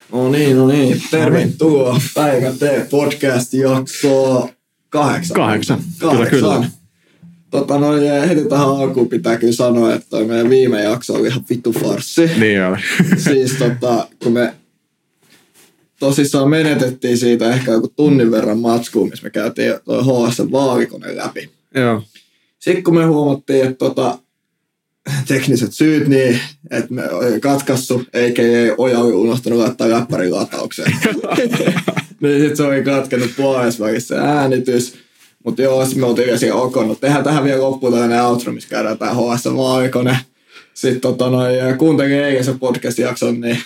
No niin. Tervetuloa Päivän T-podcast jaksoa 8. 8. Kyllä. Heti tähän alkuun pitää kyllä sanoa, että toi meidän viime jakso oli ihan vittu farssi. Niin oli. Siis kun me tosissaan menetettiin siitä ehkä joku tunnin verran matskuun, missä me käytiin toi HS-vaalikone läpi. Joo. Sitten kun me huomattiin, että tekniset syyt, niin että me oli katkassu, eikä Oja oli unohtanut laittaa läppärin lataukseen. Niin sit se oli katkennut puolessa välissä äänitys. Mutta joo, sitten me oltiin vielä siellä okon. Tehdään tähän vielä loppuun tällainen outro, missä käydään tää HS-vaalikone. Sitten kuuntelin eilen se podcast-jakson, niin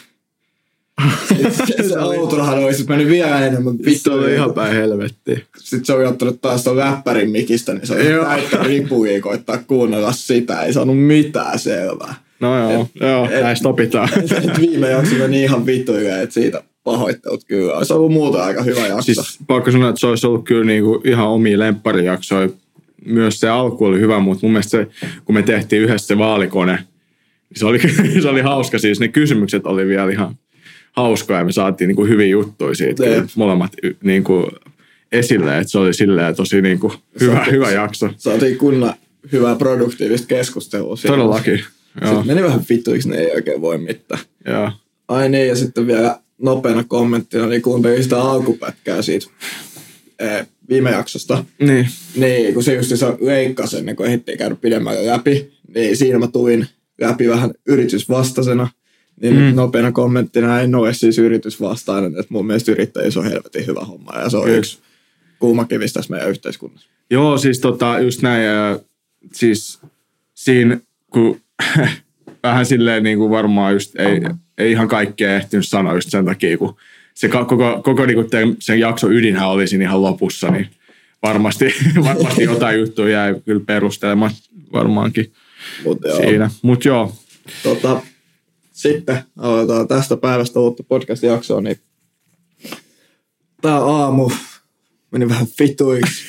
se outrohan olisi mennyt vielä enemmän vittu. Se oli ihan päin helvettiä. Sitten se oli ottanut taas ton läppärin mikistä, niin se oli täyttä ripuja koittaa kuunnella sitä. Ei saanut mitään selvää. No joo, näistä opitaan. Viime jakso meni ihan vittuille, että siitä pahoittelut kyllä. Olisi ollut muuta aika hyvä jakso. Siis pakko sanoa, että se olisi ollut kyllä niinku ihan omia lempparijaksoja. Myös se alku oli hyvä, mutta mun mielestä se, kun me tehtiin yhdessä se vaalikone, niin se oli hauska. Siis ne kysymykset oli vielä ihan hauskoja ja me saatiin niinku hyviä juttuja siitä. Molemmat niinku esille, että se oli silleen tosi niinku hyvä jakso. Saatiin kunnan hyvää produktiivista keskustelua. Todellakin. Sitten meni vähän vittuiksi, ne ei oikein voi mitään. Joo. Ai niin, ja sitten vielä nopeana kommenttina, niin kuuntelin sitä alkupätkää siitä viime jaksosta. Niin, kun se just leikkasi ennen kuin ehdittiin käydä pidemmälle läpi, niin siinä mä tulin läpi vähän yritysvastaisena. Niin nopeana kommenttina en ole siis yritysvastainen, että mun mielestä yrittäjyys on helvetin hyvä homma, ja se on yksi kuumakivistä tässä meidän yhteiskunnassa. Joo, siis just näin, siis siinä, kun vähän silleen niin kuin varmaan just ei ihan kaikkea ehtinyt sanoa just sen takia, kun se koko niin kuin sen jakson ydinhän oli siinä ihan lopussa, niin varmasti jotain juttuja jäi kyllä perustelemaan varmaankin siinä. Mut joo. Sitten aloitetaan tästä päivästä uutta podcast-jaksoa, niin tää aamu meni vähän vituiksi.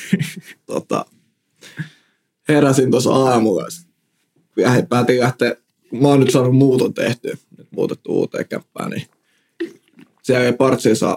Heräsin tuossa aamulla ja päätin lähteä, kun mä oon nyt saanut muuton tehtyä, nyt muutettu uuteen kämppään, niin siellä ei partsiin saa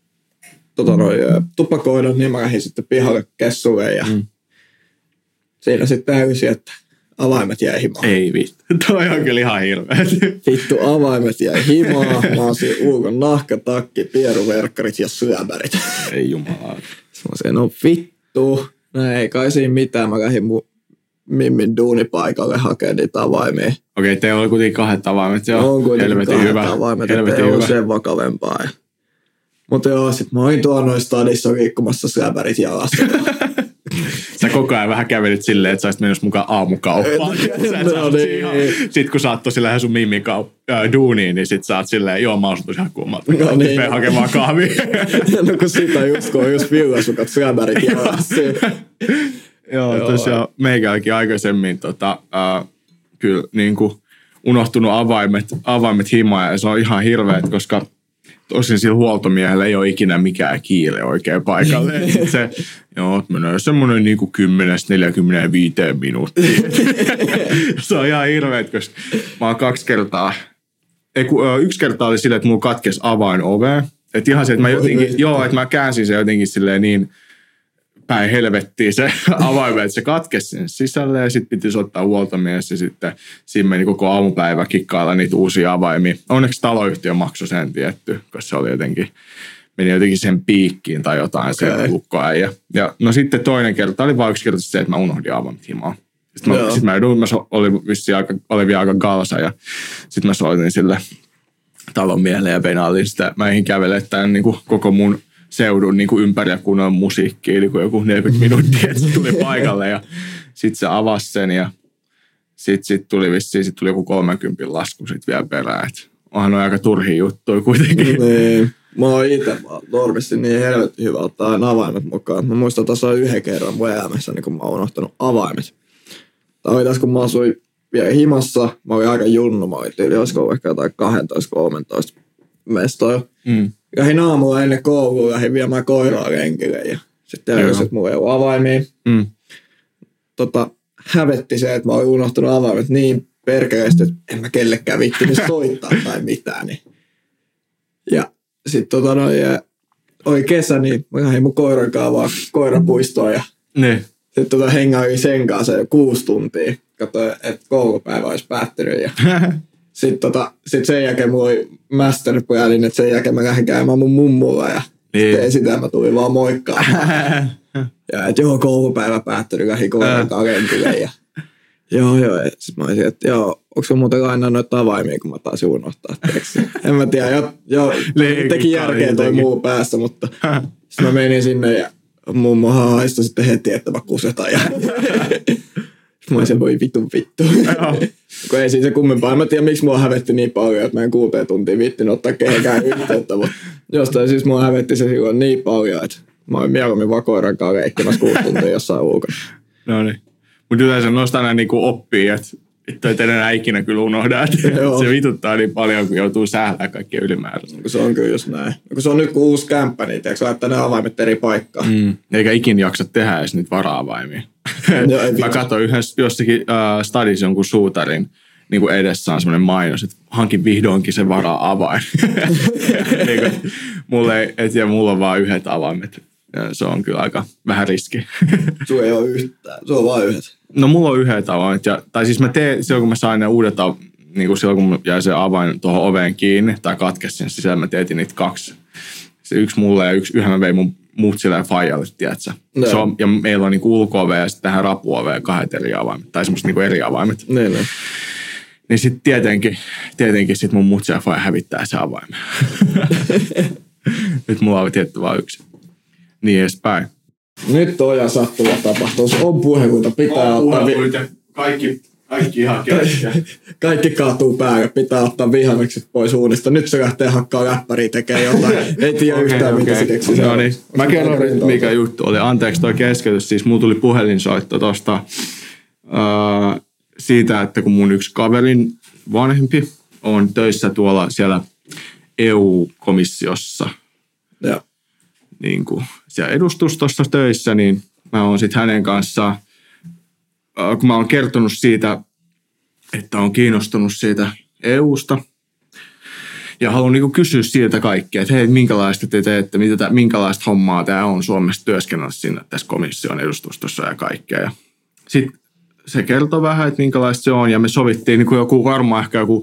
tupakoida, niin mä lähdin sitten pihalle kessulle ja siinä sitten täysi, että avaimet jäi himaan. Ei vittu, toi on kyllä ihan hirveä. Vittu, avaimet jäi himaan, mä oon siinä ulkon nahkatakki, pieruverkkarit ja syömärit. Ei jumala. Mä sanoin, no vittu, no ei kai siinä mitään, mä lähdin mun Mimmin duunipaikalle hakemaan niitä avaimia. Okei, teillä oli kuitenkin 2 avaimet, se on kuitenkin 2 hyvä. avaimet, ettei ollut sen vakavempaa. Mutta joo, sit mä olin tuolla noin stadissa liikkumassa syöpärit jalassa. Sä koko ajan vähän kävelit silleen, että sä olisit menossa mukaan aamukauppaan. Sitten kun sä oot tosi lähes sun Mimmin duuniin, niin sit sä oot silleen, joo mä oon ihan kuumalta. No niin. Mene hakemaan kahvia. No kun sitä just, kun on just villasukat syöpärit jalassa. Joo, tosiaan meikäälläkin aikaisemmin kyllä niin kuin unohtunut avaimet himaan ja se on ihan hirveet, koska tosin sillä huoltomiehellä ei ole ikinä mikään kiire oikein paikalle. Se menee semmoinen niin kuin 10-45 minuuttia. Se on ihan hirveet, koska mä oon 2 kertaa, yksi kerta oli silleen, että mulla katkesi avain oveen. Että ihan se, että mä jotenkin, että mä käänsin se jotenkin silleen niin päin helvettiin se avaimen, että se katkesi sen sisälle ja sitten piti ottaa huoltomies ja sitten siinä meni koko aamupäivä kikkailla niitä uusia avaimia. Onneksi taloyhtiö maksoi sen tietty, koska se oli meni jotenkin sen piikkiin tai jotain se lukkoäijä. Ja no sitten toinen kerta oli vain yksinkertaisesti se, että mä unohdin avaimet himaan. Sitten mä olin vielä aika galsa ja sitten mä soitin sille talon miehelle ja venailin sitä. Mä eihin kävele tämän niin kuin koko mun seudun niin kuin ympäri ja kun on musiikkia, niin kuin joku 40 minuuttia, että se tuli paikalle ja sitten se avasi sen ja sitten tuli joku 30 lasku sitten vielä perään, että onhan on aika turhia juttuja kuitenkin. Niin. Mä oon itse normisti niin helvetin hyvä ottaa aina avaimet mukaan. Mä muistan tässä yhden kerran mun elämässä, niin kun mä oon unohtanut avaimet. Tämä oli tässä, kun mä asuin vielä himassa, mä olin aika junnu, mä olin tyyli, olisiko ehkä jotain 12-13 mestoja. Lähdin aamulla ennen koulua, lähdin viemään koiraa lenkille ja sitten täysin, että mulla ei ole avaimia. Hävetti se, että mä olin unohtanut avaimet niin perkeleesti, että en mä kellekään vittinyt soittaa tai mitään. Niin. Ja sitten oli kesä, niin mä lähdin mun koiran kanssa vaan koirapuistoon ja Niin. sitten hengailin sen kanssa jo 6 tuntia. Katsoin, että koulupäivä olisi päättynyt ja sitten sen jälkeen mulla oli masterpuhelin, että sen jälkeen mä lähdin käymään mun mummulla ja sitten sitä mä tulin vaan moikkaamaan. Ja että koulupäivä päättynyt, lähdin koiran kanssa rentille ja joo. Sitten mä olisin, että onko se muuten lainaa noita avaimia, kun mä taas unohtaa. En mä tiedä, teki järkeä toi muu päässä, mutta sitten mä menin sinne ja mummo haistoi sitten heti, että mä kusetan. Ja mä olisin, voi vittu. Kun ei siinä se kummempaa. En mä tiedä, miksi mua hävetti niin paljon, että mä en 6 tuntia vittin ottaa kehenkään yhteyttä, mutta jostain siis mua hävetti se silloin niin paljon, että mä olin mieluummin vaan koiran kanssa leikkimässä 6 tuntia jossain ulkona. No niin. Mutta yleensä noista aina niinku oppii, että et enää ikinä kyllä unohda, että se vituttaa niin paljon, kun joutuu säällään kaikkia ylimääräisiä. Se on kyllä just näin. Kun se on nyt kun uusi kämppä, niin teekö laittaa ne avaimet eri paikkaan? Eikä ikin jaksa tehdä edes niitä vara-avaimia. Mä katsoin jossakin stadissa jonkun suutarin niin kuin edessä on semmoinen mainos, että hankin vihdoinkin sen vara-avain. Niin mulla on vaan 1 avaimet. Ja se on kyllä aika vähän riski. Sulla ei ole yhtään, se on vaan 1. No mulla on 1 avaimet. Tai siis mä teen, silloin kun mä sain ne uudet niin kuin silloin kun jäi se avain tuohon oveen kiinni tai katkesi sen sisällä, mä teetin niitä 2. Se 1 mulle ja yhden mä vein mun mutsille ja faijalle, tiedätkö? Ja meillä on niinku ulko-ove ja sitten tähän rapu-ove ja 2 eri avaimet. Tai semmoista niinku eri avaimet. Niin sitten tietenkin sit mun mutsi ja faija hävittää se avaimen. Nyt mulla oli tietty vaan 1. Niin edespäin. Nyt on ja sattuva tapahtuu. On puheluita, pitää ottaa... Kaikki ihan keskellä. Kaikki kaatuu päälle, pitää ottaa vihannekset pois uudesta. Nyt se lähtee hakkaa läppäriä tekee jotain. Ei tiedä yhtään, mitä se keksi. No niin. Mä kerron, mikä juttu oli. Anteeksi toi keskeytys. Siis mulla tuli puhelinsoitto tosta siitä, että kun mun yksi kaverin vanhempi on töissä tuolla siellä EU-komissiossa. Ja. Niin kuin siellä edustustossa töissä, niin mä oon sitten hänen kanssaan kun mä oon kertonut siitä, että on kiinnostunut siitä EUsta ja haluan niinku kysyä siltä kaikkea, että hei, minkälaista te teette, minkälaista hommaa tämä on Suomessa työskennellä siinä tässä komission edustustossa ja kaikkea. Ja sitten se kertoi vähän, että minkälaista se on ja me sovittiin niin varmaan ehkä joku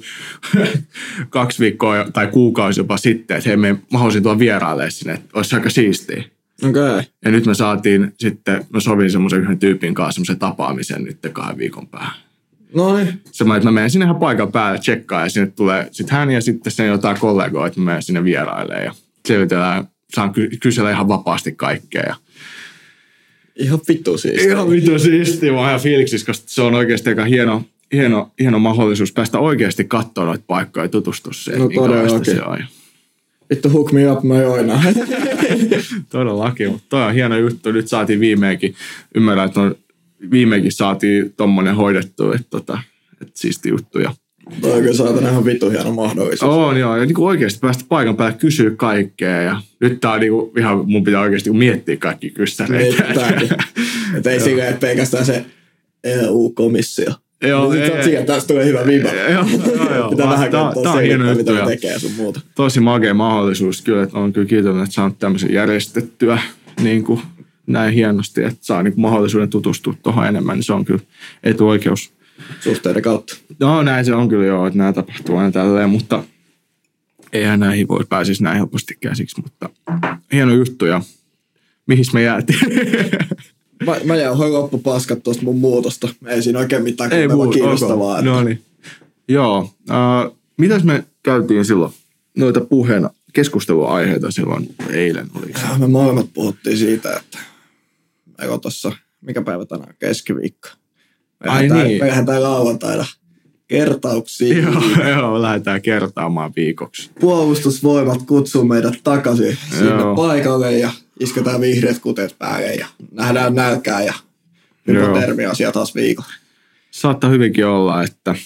2 viikkoa tai kuukausi jopa sitten, että hei, mä haluaisin tuolla vierailemaan sinne, että olisi aika siistiä. Okay. Ja nyt mä sovin semmoisen yhden tyypin kanssa semmoisen tapaamisen nyt 2 viikon päähän. No niin. Semmoinen, että mä menen sinne ihan paikan päälle tsekkaan ja sinne tulee sitten hän ja sitten sen jotain kollegoita, että mä menen sinne vierailemaan ja selvitellään, saan kysellä ihan vapaasti kaikkea. Ja ihan vittu siistiä. Ihan vittu siistiä, mä oon ihan fiiliksissä, koska se on oikeasti aika hieno mahdollisuus päästä oikeasti katsoa noita paikkoja ja tutustua siihen, no, minkälaista se on. Vittu hook me up, mä joina. Todellakin, mutta toi on hieno juttu. Nyt saatiin ymmärrän, että viimeinkin saatiin tommonen hoidettu, että siisti juttu. Toi on kyllä saatana ihan vittu hieno mahdollisuus. On joo, ja niin oikeasti päästä paikan päälle kysyä kaikkea. Ja nyt tää on niin ihan, mun pitää oikeasti miettiä kaikki kyssäreitä. Että ei silleen, että pelkästään se EU-komissio. Joo, tästä tulee hyvä viiva. Joo. Pitää vähän katsoa mitä ne tekee sun muuta. Tosi magea mahdollisuus kyllä, että on kyllä kiitollinen, että saanut tämmöisen järjestettyä niin kuin näin hienosti, että saa niin kuin mahdollisuuden tutustua tuohon enemmän, niin se on kyllä etuoikeus. Suhteiden kautta. No näin se on kyllä joo, että nämä tapahtuu aina tälleen, mutta eihän näihin voi pääsisi näin helposti käsiksi, mutta hieno juttu ja mihin me jäätiin? Mä jauhoin loppupaskat tuosta mun muutosta. Ei siinä oikein mitään kiinnostavaa. Okay. No niin. Joo. Mitäs me käytiin silloin noita keskusteluaiheita silloin eilen? Me molemmat puhuttiin siitä, että meillä on tossa, mikä päivä tänään, keskiviikko. Me lähdetään lauantaina kertauksiin. Joo, lähdetään kertaamaan viikoksi. Puolustusvoimat kutsuu meidät takaisin sinne paikalle ja isketään vihreät kuteet päälle ja nähdään nälkää ja hypotermia taas viikolla. Saattaa hyvinkin olla, että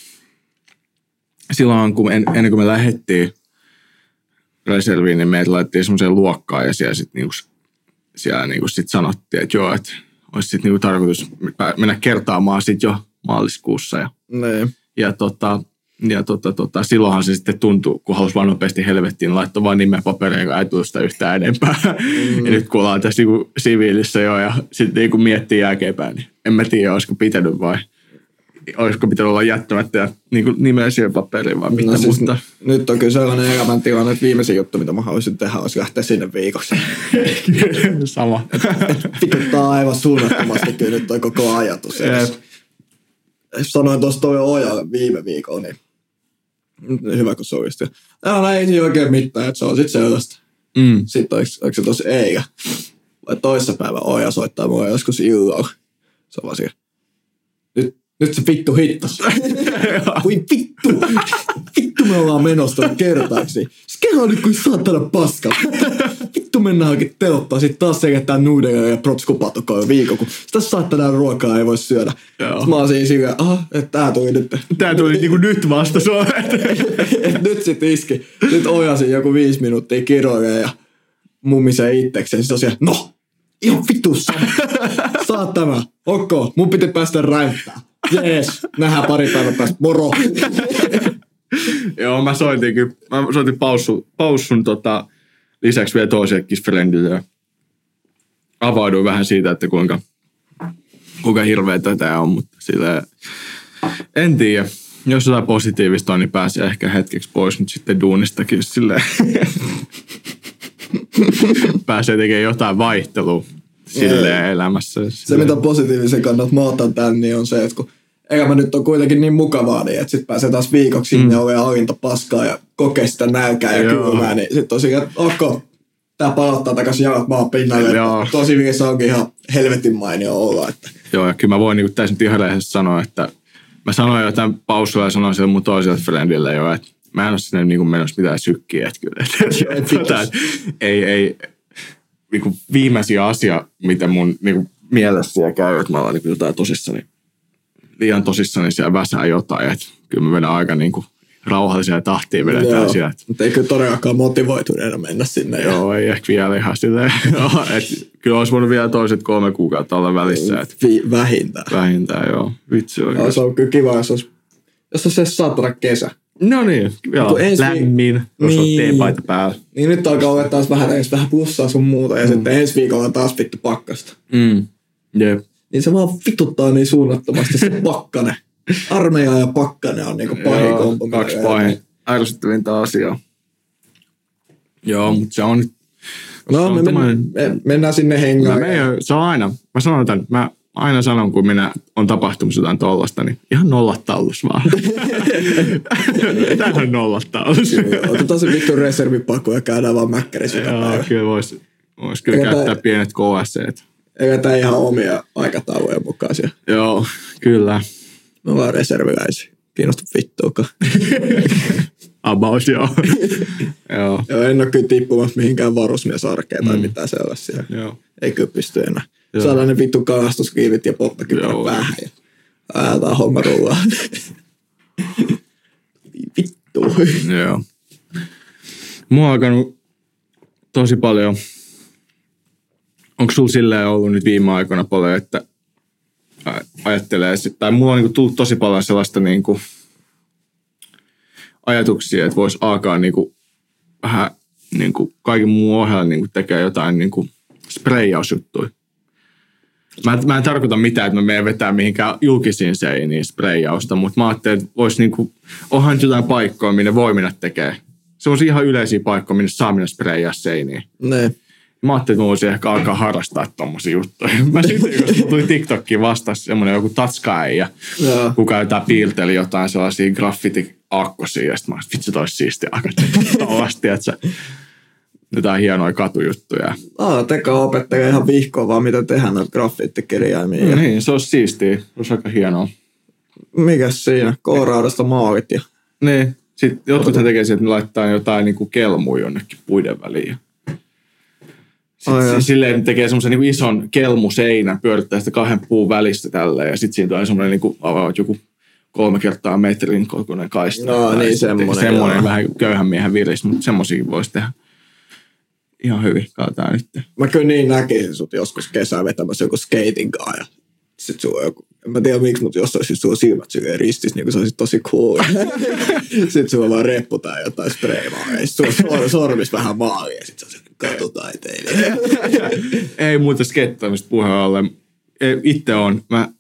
silloin kun ennen kuin me lähdettiin reserviin, niin meitä laitettiin semmoiseen luokkaan ja siellä sitten sit sanottiin, että joo, että olisi sitten niinku tarkoitus mennä kertaamaan sitten jo maaliskuussa. Niin. Ja Ja silloinhan se sitten tuntui, kun halusi vaan nopeasti helvettiin, laittoi vaan nimen papereen, kun ei tullut sitä yhtään enempää. Ja nyt kun ollaan tässä niin siviilissä jo ja sitten niin miettii jälkeenpäin, niin en mä tiedä, olisiko pitänyt vai olisiko pitänyt olla jättämättä niin nimeä siihen paperiin vai mitä. No siis mutta nyt on kyllä sellainen elämäntilanne, että viimeisin juttu, mitä mä haluaisin tehdä, olisi lähteä sinne viikoksi. Sama. Pikuttaa aivan suunnattomasti kyllä nyt toi koko ajatus. Sanoin tuossa toi Ojalle viime viikolla, niin hyvä kun sovisti. Ei siinä oikein mitään, että se on sitten sellaista. Sitten oliko se tossa eikä? Vai toissapäivä Oja soittaa mulle joskus illalla. Se on vaan siellä. Nyt se vittu hittos. Voi vittu. Vittu me ollaan menossa kertaaksi. Kerro nyt kuin saatana paska. Vittu mennään oikein telottaa. Sitten taas sekätään nuudella ja protskupatokoja viikon, kun sitä saattanaan ruokaa ei voi syödä. Mä oon siinä silleen, että tää tuli nyt. Tää tuli niinku nyt vasta sua. Nyt sit iski. Nyt ojasin joku 5 minuuttia kiroille ja mummiseen itsekseen. Sitten on siellä, no, ihan vitussa. Saat tämä. Ok, mun piti päästä räyttää. Jees, nähdään pari päivän päästä. Moro. Joo, mä soitin paussun lisäksi vielä toisellekin friendille ja avauduin vähän siitä, että kuinka hirveetä tää on, mutta silleen, en tiedä. Jos jotain positiivista on, niin pääsee ehkä hetkeksi pois nyt sitten duunistakin silleen. Pääsee tekemään jotain vaihtelua silleen elämässä. Se, mitä positiivisen kannalta mä otan tän, niin on se, että kun elämä nyt on kuitenkin niin mukavaa, niin että sit pääsee taas viikoksi sinne ja alinta paskaa ja kokee sitä nälkää ja kylmää, niin sit tosiaan, että ok, tää palauttaa takaisin jalat maan pinnalle. Tosi se onkin ihan helvetin mainio olla. Että. Joo, ja kyllä mä voin niin täysin ihan rehellisesti sanoa, että mä sanoin jo tämän paussilla ja sanoin sille mun toiselle friendille jo, että mä en ole sinne niin menossa mitään sykkiä, että kyllä. Ei niin viimeisin asia, mitä mun niin mielessä käy, että mä olen niin jotain tosissani, liian tosissani siellä väsää jotain, että kyllä mä menen aika niin rauhalliseen tahtiin vedetään siellä. Mutta ei kyllä todellakaan motivoituneena mennä sinne. Joo, ei ehkä vielä ihan silleen. Kyllä olisi voinut vielä toiset 3 kuukautta olla välissä. Vähintään. Vähintään, joo. Vitsi oikein. Se on kyllä kiva, jos olisi se saatana kesä. No niin, joo. Lämmin, jos on teepaita päällä. Niin nyt alkaa olla taas vähän plussaa sun muuta ja sitten ensi viikolla on taas vittu pakkasta. Jep. Niin se vaan vituttaa niin suunnattomasti se pakkanen. Armeija ja pakkanen on niinku pahin kompo. 2 pahin ärsyttävintä asiaa. Joo, mutta se on nyt. No, me mennään sinne hengaan. Se on aina. Mä sanon tämän. Mä aina sanon, kun minä on tapahtumassa jotain tollasta, niin ihan nollat taulus vaan. Tämähän on nollat taulus. Otetaan se vittu reservipakko ja käydään vaan mäkkärissä joka päivä. Kyllä vois kyllä käyttää pienet KSC:t. Eikä tää ihan omia aikataulujen mukaisia. Joo, kyllä. Me ollaan reserviläisiä. Kiinnostu vittuukaan. About, joo. Joo, en ole kyllä tippumassa mihinkään varusmiesarkeen tai mitään sellaisia. Joo. Ei kyllä pysty enää. Saadaan ne vittu kalastuskiivit ja poppakypärä päähän. Ja ajataan homma rullaa. Vittu. Joo. Mua on alkanut tosi paljon. Onko sulla silleen ollut nyt viime aikoina paljon, että ajattelee, tai mulla on niinku tullut tosi paljon sellaista niinku ajatuksia, että voisi alkaa niinku vähän niinku kaiken muun ohella niinku tekee jotain niinku sprayjausjuttuja. Mä en tarkoita mitään, että mä menen vetää mihinkään julkisiin seiniin sprayyausta, mutta mä ajattelin, että voisi niinku, onhan nyt jotain paikkoja, minne voi mennä tekee. Se on ihan yleisiä paikkoja, minne saa mennä sprayyjaa seiniin. Ne. Mä ajattelin, että mä voisin ehkä alkaa harrastaa tommosia juttuja. Mä sitten, kun tuli TikTokkiin vastaan semmoinen joku tatska-äijä, kuka jotain piirteli jotain sellaisia graffiti-aakkosia, ja sitten mä ajattelin, vitsi, tois siistiä alkaa tollasta, tiiätsä, jotain hienoja katujuttuja. Teka opettelee ihan vihkoa vaan, mitä tehdään noita graffittikirjaimia. Niin, se olisi siistiä. Se olisi aika hienoa. Mikäs siinä? K-raudasta maalit ja. Niin. Sitten jotkut tekee että ne laittaa jotain niinku kelmuja jonnekin puiden väliin. Sitten silleen tekee semmoisen niinku ison kelmuseinän, pyörittää sitä 2 puun välistä tälleen. Ja sitten siinä tulee semmoinen niinku joku 3 kertaa metrin kokoinen kaista. No niin, semmoinen vähän köyhän miehen viris, mutta semmoisiakin voisi tehdä ihan hyvin. Katsotaan nyt. Mä kyllä niin näkisin sut joskus kesää vetämässä joku skating kaa ja sit sulla on joku, en mä tiedä miksi, mutta jos olisi sulla silmät silleen ristis, niin se olisi tosi cool. Sitten sulla vaan reppu tai jotain spreimaa, ja sit sulla sormis vähän maali, ja sit se on se katutaiteilija. Ei muuta skeittaamista puheen ollen. Mä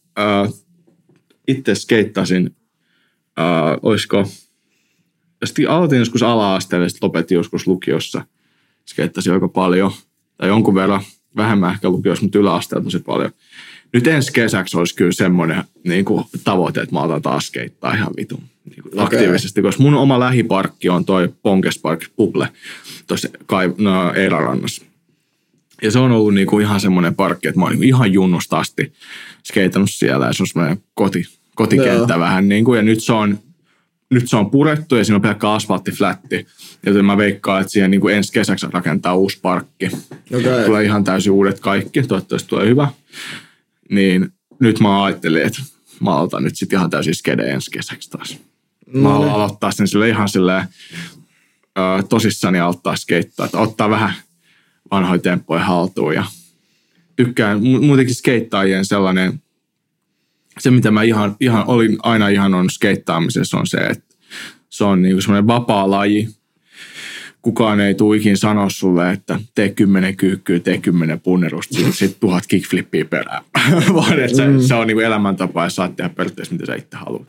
itse skeittasin, olisiko, aloitin joskus ala-asteella, ja sitten lopetin joskus lukiossa. Skeittasin aika paljon, tai jonkun verran, vähemmän ehkä lukiossa, mutta yläasteella tosi paljon. Nyt ensi kesäksi olisi kyllä semmoinen niin kuin tavoite, että mä otan taas skeittaa ihan vitun niin aktiivisesti, koska mun oma lähiparkki on toi Ponkespark Puble tuossa Eirarannassa. Ja se on ollut niin kuin ihan semmoinen parkki, että mä oon niin ihan junnusta asti skeitannut siellä ja se on semmoinen kotikenttä vähän niin kuin, ja nyt se on purettu ja siinä on pelkkä asfalttiflätti, joten mä veikkaan, että siihen niin kuin ensi kesäksi rakentaa uusi parkki. Tulee ihan täysin uudet kaikki, toivottavasti tulee hyvä. Niin nyt mä ajattelin, että mä aloitan nyt sitten ihan täysin skede ensi kesäksi taas. Mä haluan aloittaa sen sille ihan silleen tosissani aloittaa skeittaa, että ottaa vähän vanhoja temppoja haltuun ja tykkään muutenkin skeittaajien sellainen, se mitä mä olin aina ihan on skeittaamisessa on se, että se on niinku semmoinen vapaa laji. Kukaan ei tule ikin sanoa sulle, että tee 10 kyykkyä, tee 10 punnerusta, sitten 1000 kickflippiä perään. Vaan että se on niinku elämäntapa ja saat tehdä periaatteessa mitä sä itse haluat.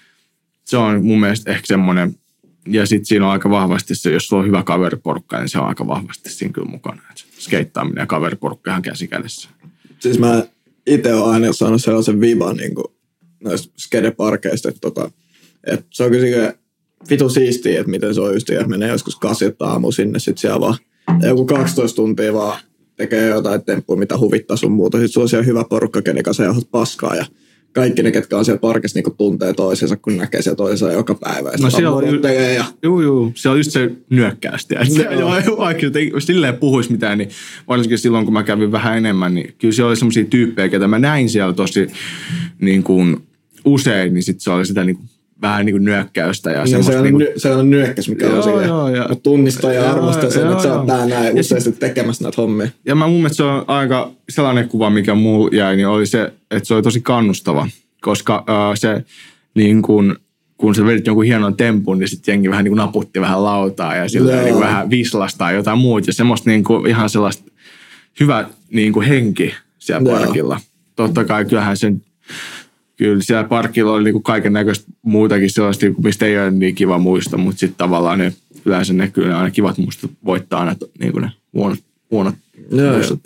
Se on mun mielestä ehkä semmoinen, ja sitten siinä on aika vahvasti se, jos sulla on hyvä kaveriporukka, niin se on aika vahvasti siinä kyllä mukana. Skeittaaminen ja kaveriporukka ihan käsi kädessä. Siis mä itse olen aina saanut sellaisen viban niin noista skedeparkeista, että se on kyllä vitu siistiä, että miten se on just, että menee joskus 8 aamu sinne, sitten siellä vaan joku 12 tuntia vaan tekee jotain temppuja, mitä huvittaa sun muuta. Sitten sulla on siellä hyvä porukka, kenen kanssa jauhat paskaa ja kaikki ne, ketkä on siellä parkissa, niin tuntee toisensa, kun näkee siellä toisensa joka päivä. No siellä on se on just se nyökkäysti. Vaikka silleen puhuisi mitään, niin varsinkin silloin, kun mä kävin vähän enemmän, niin kyllä siellä oli semmoisia tyyppejä, ketä mä näin siellä tosi niin kuin usein, niin sitten se oli sitä niin kuin vähän niin kuin nyökkäystä. Ja se on nyökkäys, mikä on siellä. Tunnistaa ja arvostaa sen, että sä oot tää näin useasti tekemässä näitä hommia. Ja mun mielestä se on aika sellainen kuva, mikä mulla jäi, niin oli se, että se oli tosi kannustava. Koska se niin kun sä vedit jonkun hienon tempun, niin sitten jengi vähän niin kuin naputti vähän lautaa ja sillä niin vähän vislasta tai jotain muuta. Ja semmoista niin kuin ihan sellaista hyvä niin kuin henki siellä parkilla. Totta kai kyllähän sen... Kyllä siellä parkilla oli niinku kaiken näköistä muutakin sellaista, mistä ei ole niin kiva muista, mutta sitten tavallaan ne yleensä ne aina kivat muistot voittaa aina niinku ne huonot muistot.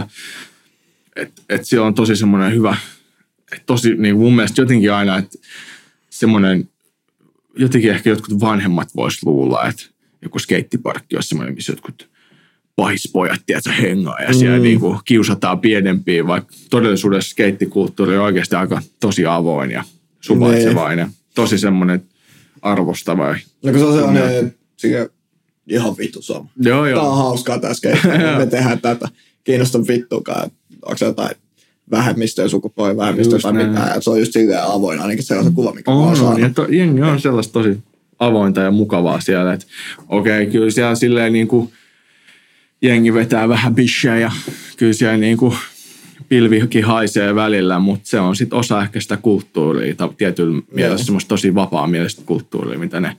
Että siellä on tosi semmoinen hyvä, tosi niin mun mielestä jotenkin aina, että semmoinen, jotenkin ehkä jotkut vanhemmat vois luulla, että joku skeittiparkki olisi semmoinen, missä jotkut pahispojat, tiedätkö, hengaa ja siellä niinku kiusataan pienempiä, vaikka todellisuudessa skeittikulttuuri on oikeasti aika tosi avoin ja suvaitsevainen. Tosi semmoinen arvostava. No kun se on sellainen ihan vittu sama. Joo. Tää on hauskaa tää skeitti. Me tehdään tätä. Kiinnostaa vittuakaan. Onko se jotain vähemmistöä, sukupuolen vähemmistöä tai mitään. Se on just silleen avoin, ainakin sellainen kuva, mikä mä oon saanut. Jengi on sellaista tosi avointa ja mukavaa siellä. Että okei, kyllä siellä silleen niinku jengi vetää vähän bishää ja kyllä siellä niinku pilvikin haisee välillä, mutta se on sitten osa ehkä sitä kulttuuria, tietyllä mielessä semmoista tosi vapaa-mielestä kulttuuria,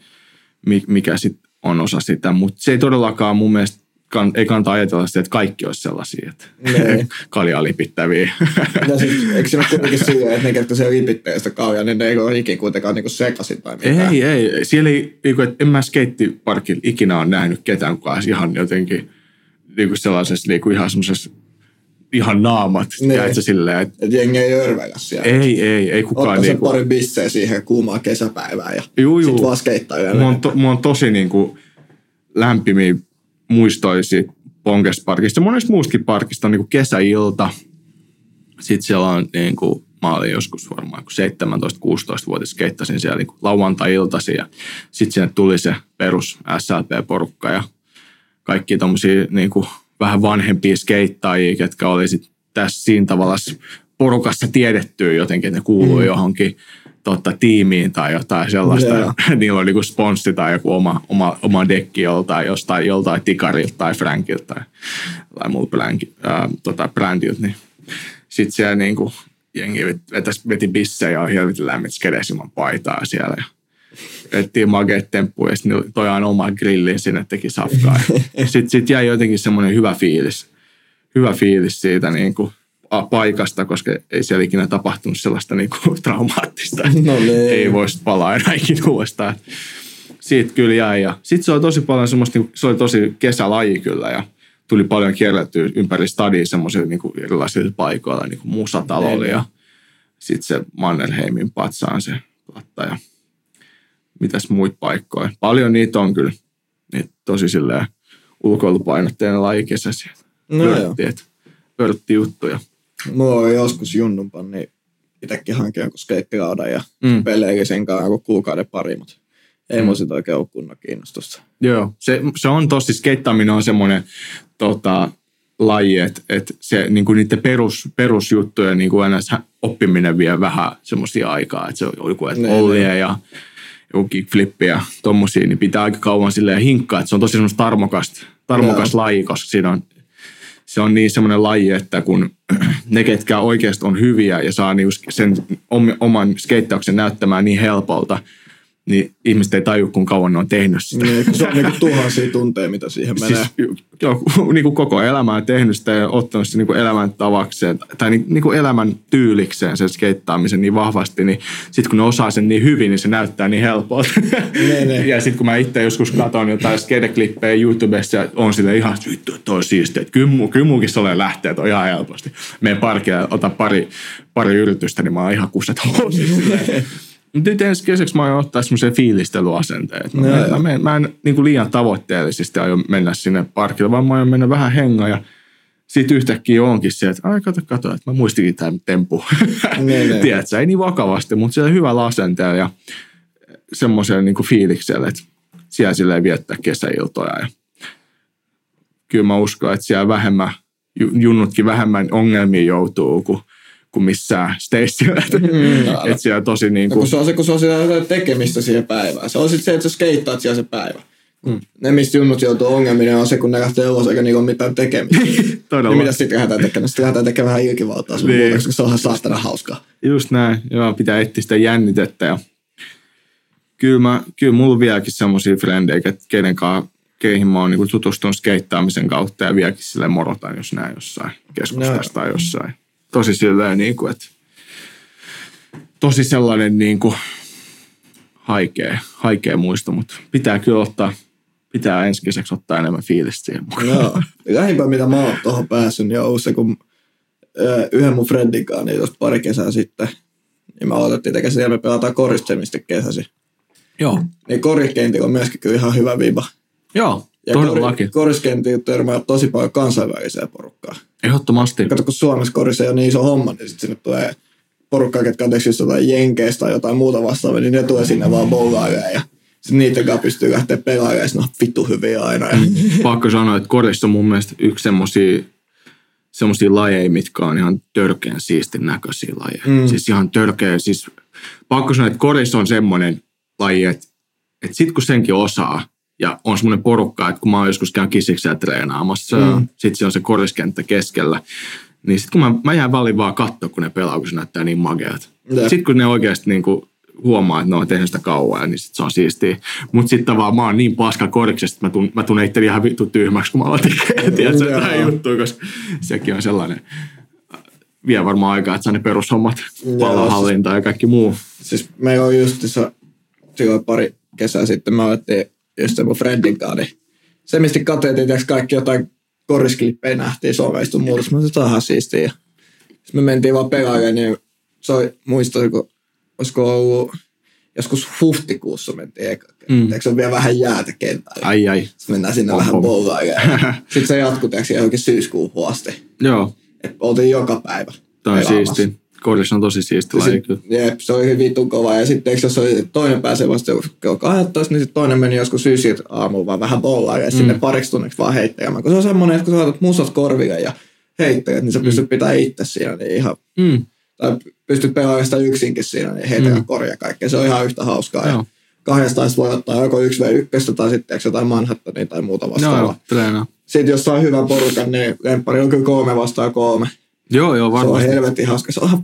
mikä sitten on osa sitä, mutta se ei todellakaan mun mielestä ei kannata ajatella sitä, että kaikki olisi sellaisia, että kaljaa lipittäviä. Ja sitten eikö se ole kuitenkin siihen, että ne, ketkä siellä lipittää sitä kaljaa, niin ne ei ole ikinä kuitenkaan niinku sekaisin tai mitään? Ei. Siellä ei, en mä skeittiparkilla ikinä ole nähnyt ketään, kukaan olisi ihan jotenkin niinku sellaisessa niinku ihan semmoisessa ihan naamat, käytsä silleen, että jengi ei örväillä siellä. Ei kukaan. Ottaa sen pari bissejä siihen kuumaan kesäpäivään ja sit vaan skeittaa yöllä. Mulla on tosi niinku lämpimiä muistoja siitä Ponkesparkista. Monesta muustakin parkista on niinku kesäilta. Sitten siellä on niinku, mä olin joskus varmaan 17-16-vuotias, skeittasin siellä niinku lauantai-iltasi ja sitten sinne tuli se perus SLP-porukka ja kaikki tommosia niinku vähän vanhempia skeittaajia, ketkä oli sitten tässä siinä tavalla porukassa tiedettyä jotenkin, että ne kuuluu johonkin tiimiin tai jotain sellaista. Niillä oli niinku sponssi tai joku oma dekki joltain Tikarilta tai Frankilta tai muulla brändiltä. Niin sitten siellä niinku jengi veti bissejä ja helvetin lämmit skedes ilman paitaa siellä. Ja ettiin mageet temppuja ja sitten toi aina oman grillin sinne, teki safkaa. Sitten jäi jotenkin semmoinen hyvä fiilis siitä niin kuin paikasta, koska ei siellä ikinä tapahtunut sellaista niin kuin traumaattista. No ei voisi palaa enää ikinä uudestaan. Siitä kyllä jäi. Ja sitten se oli tosi paljon semmoista, se oli tosi kesälaji kyllä ja tuli paljon kierrettyä ympäri stadia semmoisilla niin kuin erilaisilla paikoilla, niin kuin Musatalolla ja sitten se Mannerheimin patsaan se platta ja mitäs muita paikkoja. Paljon niitä on kyllä. Niitä tosi silleen ulkoilupainotteinen laji kesäisiä. Pörtti juttuja. Mulla oli joskus junnumpan, niin itsekin hankin jonkun skeittiraudan ja peleili sen kanssa joku kuukauden pari, mutta ei mun sit oikein ole kunnon kiinnostusta. Joo, se on tosi, skeittaaminen on semmoinen laji, että se niinku niiden perusjuttujen niinku aina oppiminen vie vähän semmoisia aikaa, että se on joku ollie ja joku kickflippi ja tommosia, niin pitää aika kauan silleen hinkkaa, että se on tosi semmoista tarmokas laji, koska se on niin semmoinen laji, että kun ne, ketkä oikeasti on hyviä ja saa sen oman skeittauksen näyttämään niin helpolta, niin ihmiset ei taju, kun kauan ne on tehnyt sitä. Niin, se on niin tuhansia tunteja, mitä siihen menee. Niin kuin koko elämää tehnyt sitä ja ottanut sitä niin kuin elämän tavakseen tai niin kuin elämän tyylikseen sen skeittaamisen niin vahvasti, niin sitten kun ne osaa sen niin hyvin, niin se näyttää niin helpolta. Ne. Ja sitten kun mä itse joskus katson jotain skate-klippejä YouTubessa ja on silleen ihan, vittu, että toi siistiä, että kyllä munkin soleen lähtee toi ihan helposti. Menen parkille ja ota pari yritystä, niin mä oon ihan kuset housissa. Mutta nyt ensi kesäksi mä aion ottaa semmoisen fiilistelyasenteen. Mä en niin kuin liian tavoitteellisesti aio mennä sinne parkille, vaan mä aion mennä vähän hengaan ja sitten yhtäkkiä onkin se, että kato, että mä muistikin tämän temppu. Tiedätkö, ei niin vakavasti, mutta siellä hyvällä asenteella ja semmoisella niin kuin fiiliksellä, että siellä silleen viettää kesäiltoja. Ja kyllä mä uskon, että siellä junnutkin vähemmän ongelmiin joutuu kuin missään Stacyllä. Että siellä tosi niinku kun se on sitä tekemistä siihen päivään. Se on sitten se, että sä skeittaat siellä se päivä. Ne, mistä junnut joutuu ongelminen, on se, kun ne lähtee ulos eikä niillä ole mitään tekemistä. Todella. Ja mitä sitten lähdetään tekemään? Sitten lähdetään tekemään vähän ilkivaltaa sun muuta, koska se on saastana hauskaa. Just näin. Joo, pitää etsiä sitä jännitettä. Ja kyllä mulla on vieläkin semmosia frendejä, keihin mä oon niinku tutustunut skeittaamisen kautta ja vieläkin silleen morotan, jos näin jossain keskustassa tai jossain. Tosi silleen niinku, että tosi sellainen niinku haikea muisto, mutta pitää ensi kesäksi ottaa enemmän fiilistä siihen mukaan. Joo. Lähimpää, mitä mä oon tuohon päässyt, niin on ollut se, kun yhden mun friendin kanssa, niin tuossa pari kesää sitten, niin me aloitettiin tekemään siellä, me pelataan koristemista kesäsi. Joo. Niin koriskentillä on myöskin kyllä ihan hyvä viba. Joo, ja todellakin. Koriskentillä törmää tosi paljon kansainväliseen porukkaa. Ehdottomasti. Kato, kun Suomessa korissa ei ole niin iso homma, niin sitten sinne tulee porukkaa, ketkä on tehty jotain jenkeistä tai jotain muuta vastaavaa, niin ne tulee sinne vaan boulailemaan ja sitten niiden kanssa pystyy lähteä pelaamaan ja ne on vittu hyviä aina. Pakko sanoa, että korissa on mun mielestä yksi semmosia lajeja, mitkä on ihan törkeän siistin näköisiä lajeja. Siis ihan törkeä, siis pakko sanoa, että korissa on semmoinen laji, että sit kun senkin osaa, ja on semmoinen porukka, että kun mä oon joskus käyn kisiksellä treenaamassa, ja sitten se on se koriskenttä keskellä, niin sitten kun mä jään väliin vaan katsoa, kun ne pelaa, kun se näyttää niin makeat. Sitten kun ne oikeasti niinku huomaa, että ne on tehnyt sitä kauan, niin sit se on siistiä. Mutta sitten vaan mä oon niin paska koriksesta, että mä tunnen itteni ihan vittu tyhmäksi, kun mä aloin tekemään, tiedätkö, jotain juttua, koska sekin on sellainen, vie varmaan aikaa, että saa ne perushommat, pallonhallinta ja kaikki muu. Siis meillä on just silloin pari kesää sitten, mä olettiin just se mun friendin kanssa, niin se mistä katsotiin, että kaikki jotain korisklippejä nähtiin somesta muuta, mä sanoin, ihan siistiä. Sitten me mentiin vaan pelaamaan, niin se oli, muistan, kun olisiko ollut joskus huhtikuussa mentiin eka. Eikö se on vielä vähän jäätä kentällä? Ai. Sitten mennään sinne vähän boulailemaan. Sitten se jatkui, teeksi johonkin syyskuun huosti. Joo. Et oltiin joka päivä. Toi on siisti. Koris on tosi siisti laji kyllä. Jep, se oli hyvin kova. Ja sitten jos oli toinen pääsee vasta kello 12, niin sitten toinen meni joskus syysiin aamulla vaan vähän boulailemaan. Ja sinne pariksi tunniksi vaan heittämään. Kun se on semmoinen, että kun sä otat musat korville ja heittelet, niin sä pystyt pitämään itse siinä. Niin ihan, tai pystyt pelaamaan sitä yksinkin siinä, niin heitellä korja kaikkea. Se on ihan yhtä hauskaa. Ja kahdestaan voi ottaa joko 1v1 tai sitten jotain Manhattania tai muuta vastaavaa. Sitten jos saa hyvän porukan, niin lemppari on kyllä 3 vastaan 3. Joo, varmasti. Se on helvetin hauska. Se on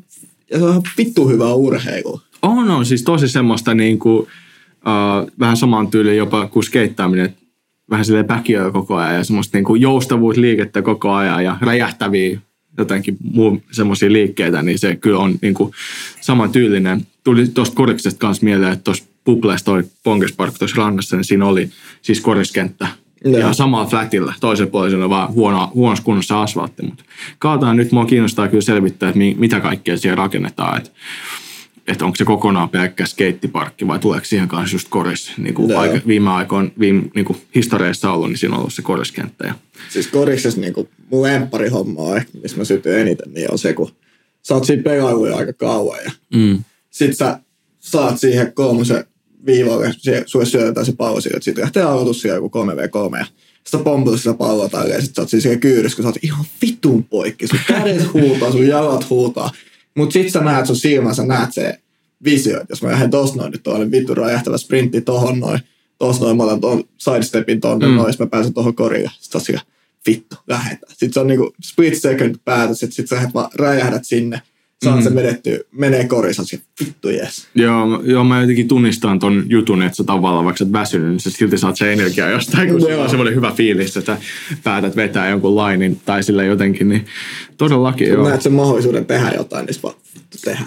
Ja se on ihan vittu hyvä urheilu. On siis tosi semmoista niinku, vähän samaan tyyliin jopa kuin skeittaaminen, vähän silleen päkiöä koko ajan ja semmoista niinku joustavuusliikettä koko ajan ja räjähtäviä jotenkin semmoisia liikkeitä, niin se kyllä on niinku saman tyylinen. Tuli tuosta koriksesta kanssa mieleen, että tuossa Puples toi Bonkers Park tuossa rannassa, niin siinä oli siis koriskenttä. Ja samalla flatilla, toisella puolella on vaan huonossa kunnossa asfaltti, mutta kaataan nyt, mua kiinnostaa kyllä selvittää, että mitä kaikkea siellä rakennetaan, että onko se kokonaan pelkkä skeittiparkki vai tuleeko siihen kanssa just koris, niin kuin viime aikoina, niin kuin historiassa ollut, niin siinä on ollut se koriskenttä. Ja. Siis koriksessa niin kuin mun lemparihomma on ehkä, missä mä sytyn eniten, niin on se, kun sä oot siinä pelailuja aika kauan ja sit sä saat siihen 3 viivalle, sulle syötetään se pallo siitä, että siitä lähtee aloitus siellä joku 3v3 ja sitten pomputus sillä palloa tälleen ja sit sä oot siinä kyyryssä, kun sä oot ihan vitun poikki, sun kädet huutaa, sun jalat huutaa, mut sit sä näet sun silmän, sä näet se visio, että jos mä lähden tossa noin nyt tuolle vittu räjähtävä sprintti tohon noin, tossa noin, mä otan tuon sidestepin tonne noin, jos mä pääsen tohon korille, sit sä oot siellä vittu, lähetään. Sit se on niinku split second päätös, että sit sä vaan räjähdät sinne. Saat sen vedettyä, menee korissa, vittu jes. Joo, mä jotenkin tunnistan ton jutun, että sä tavallaan, vaikka sä oot väsynyt, niin sä silti saat se energiaa jostain, kun sulla on semmoinen hyvä fiilis, että päätät vetää jonkun lainin tai sillä jotenkin, niin todellakin joo. Näet sen mahdollisuuden tehdä jotain, niin vaan vittu tehdä.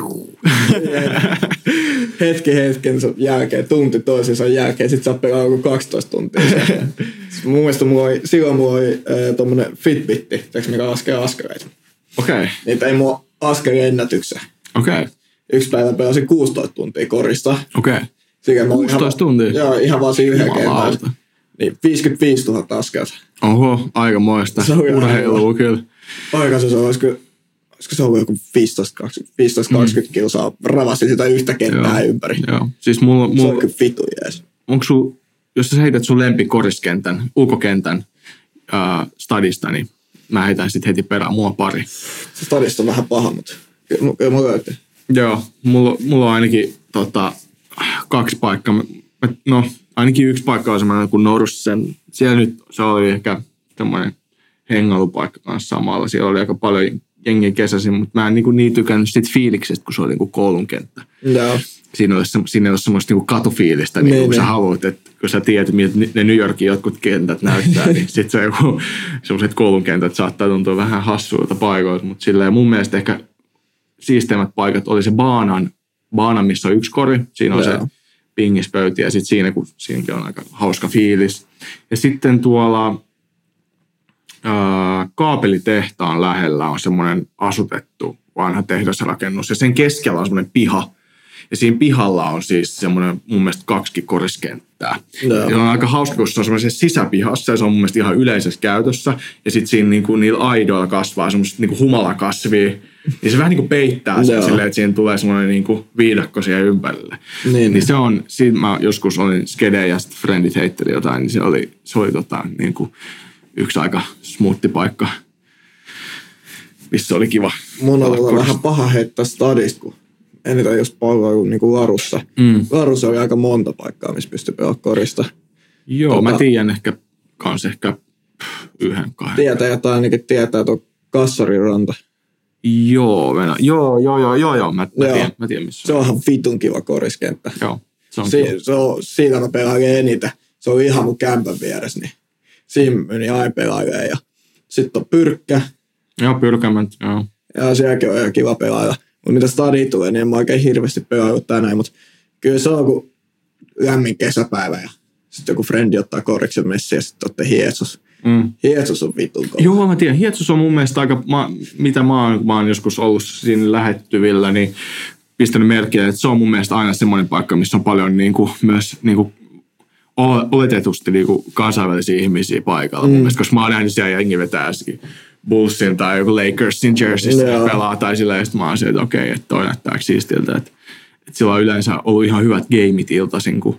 hetken jälkeen, tunti toisensa jälkeen, sit sä pelaa joku 12 tuntia. Mun mielestä silloin mulla oli tommonen Fitbitti, mikä laskee askareita. Okei. Niitä ei mua askelin ennätykseen. Okei. Yksi päivä pelasin 16 tuntia korista. Okei. 16 tuntia? Joo, ihan vaan siinä yhden kerran. Niin 55 000 askelta. Oho, aikamoista. Urheilua kyllä. Aikaisin se olisiko se ollut joku 15-20 kilsaa ravasi sitä yhtä kenttää ympäri. Joo. Siis mulla se on kyllä vitu jees. Onko jos sä heität sun lempikoriskentän, ulkokentän stadista, niin mä heitän sit heti perään, mulla on pari. Se stadista on vähän paha, mutta kyllä mä löytin. Joo, mulla on ainakin 2 paikkaa. No, ainakin 1 paikka on semmoinen kuin Norsen. Siellä nyt se oli ehkä semmoinen hengailupaikka kanssa samalla. Siellä oli aika paljon jengiä kesäisin, mutta mä en niin tykännyt siitä fiiliksestä, kun se oli niin kuin koulun kenttä. Joo. Siinä ei ole semmoista niin katufiilistä, niin kun sä haluat, että kun sä tiedät, miltä ne New Yorkin jotkut kentät näyttää, niin sit se joku semmoiset koulun kentät saattaa tuntua vähän hassuilta paikoilta, mutta silleen mun mielestä ehkä siisteimmät paikat oli se baanan, missä on 1 kori, siinä on se pingispöyti ja sitten siinä, kun siinäkin on aika hauska fiilis. Ja sitten tuolla kaapelitehtaan lähellä on semmoinen asutettu vanha tehdasrakennus ja sen keskellä on semmoinen piha. Ja siinä pihalla on siis semmoinen mun mielestä 2 koriskenttää. Ja on aika hauska, kun se on semmoisessa sisäpihassa ja se on mun mielestä ihan yleisessä käytössä. Ja sitten siinä niinku, niillä aidoilla kasvaa semmoista niinku humalakasvia. Niin se vähän niinku peittää sen silleen, että siinä tulee semmoinen niinku viidakko siihen ympärille. Niin se on, siinä mä joskus olin skede ja sitten friendit heitteli jotain, niin se oli niinku yksi aika smoothi paikka, missä oli kiva. Mun on vähän paha heittää stadista, kun eniten jos palvelu niin kuin Larussa. Larussa oli aika monta paikkaa, missä pystyy pelaamaan korista. Joo, mä tiedän ehkä 1-2. Tietää ainakin tietää tuon Kassariranta. Joo, mä tiedän missä. Se on ihan vitun kiva koriskenttä. Joo, se on siitä mä pelaan eniten. Se on ihan mun kämpän vieressä, niin siinä meni aina pelailemaan. Ja sitten on Pyrkkä. Joo, Pyrkämät, joo. Ja sielläkin on ihan kiva pelailla. Mutta mitä stadia tulee, niin en mä oikein hirveästi pelaillut tänään, mutta kyllä se on kuin lämmin kesäpäivä ja sitten joku frendi ottaa koriksen messiin ja sitten otte Hietsos. Hietsos on vitun kova. Joo, mä tiedän. Hietsos on mun mielestä aika, mitä mä oon joskus ollut siinä lähettyvillä, niin pistänyt merkkiä, että se on mun mielestä aina semmoinen paikka, missä on paljon myös oletetusti kansainvälisiä ihmisiä paikalla. Mun mielestä, koska mä oon nähnyt siellä jengi vetää jossakin Bullsin tai joku Lakersin jerseystä pelaa tai sillä, ja sitten mä oon se, että okei, että toi näyttää siistiltä, että sillä on yleensä ollut ihan hyvät gameit iltaisin, kun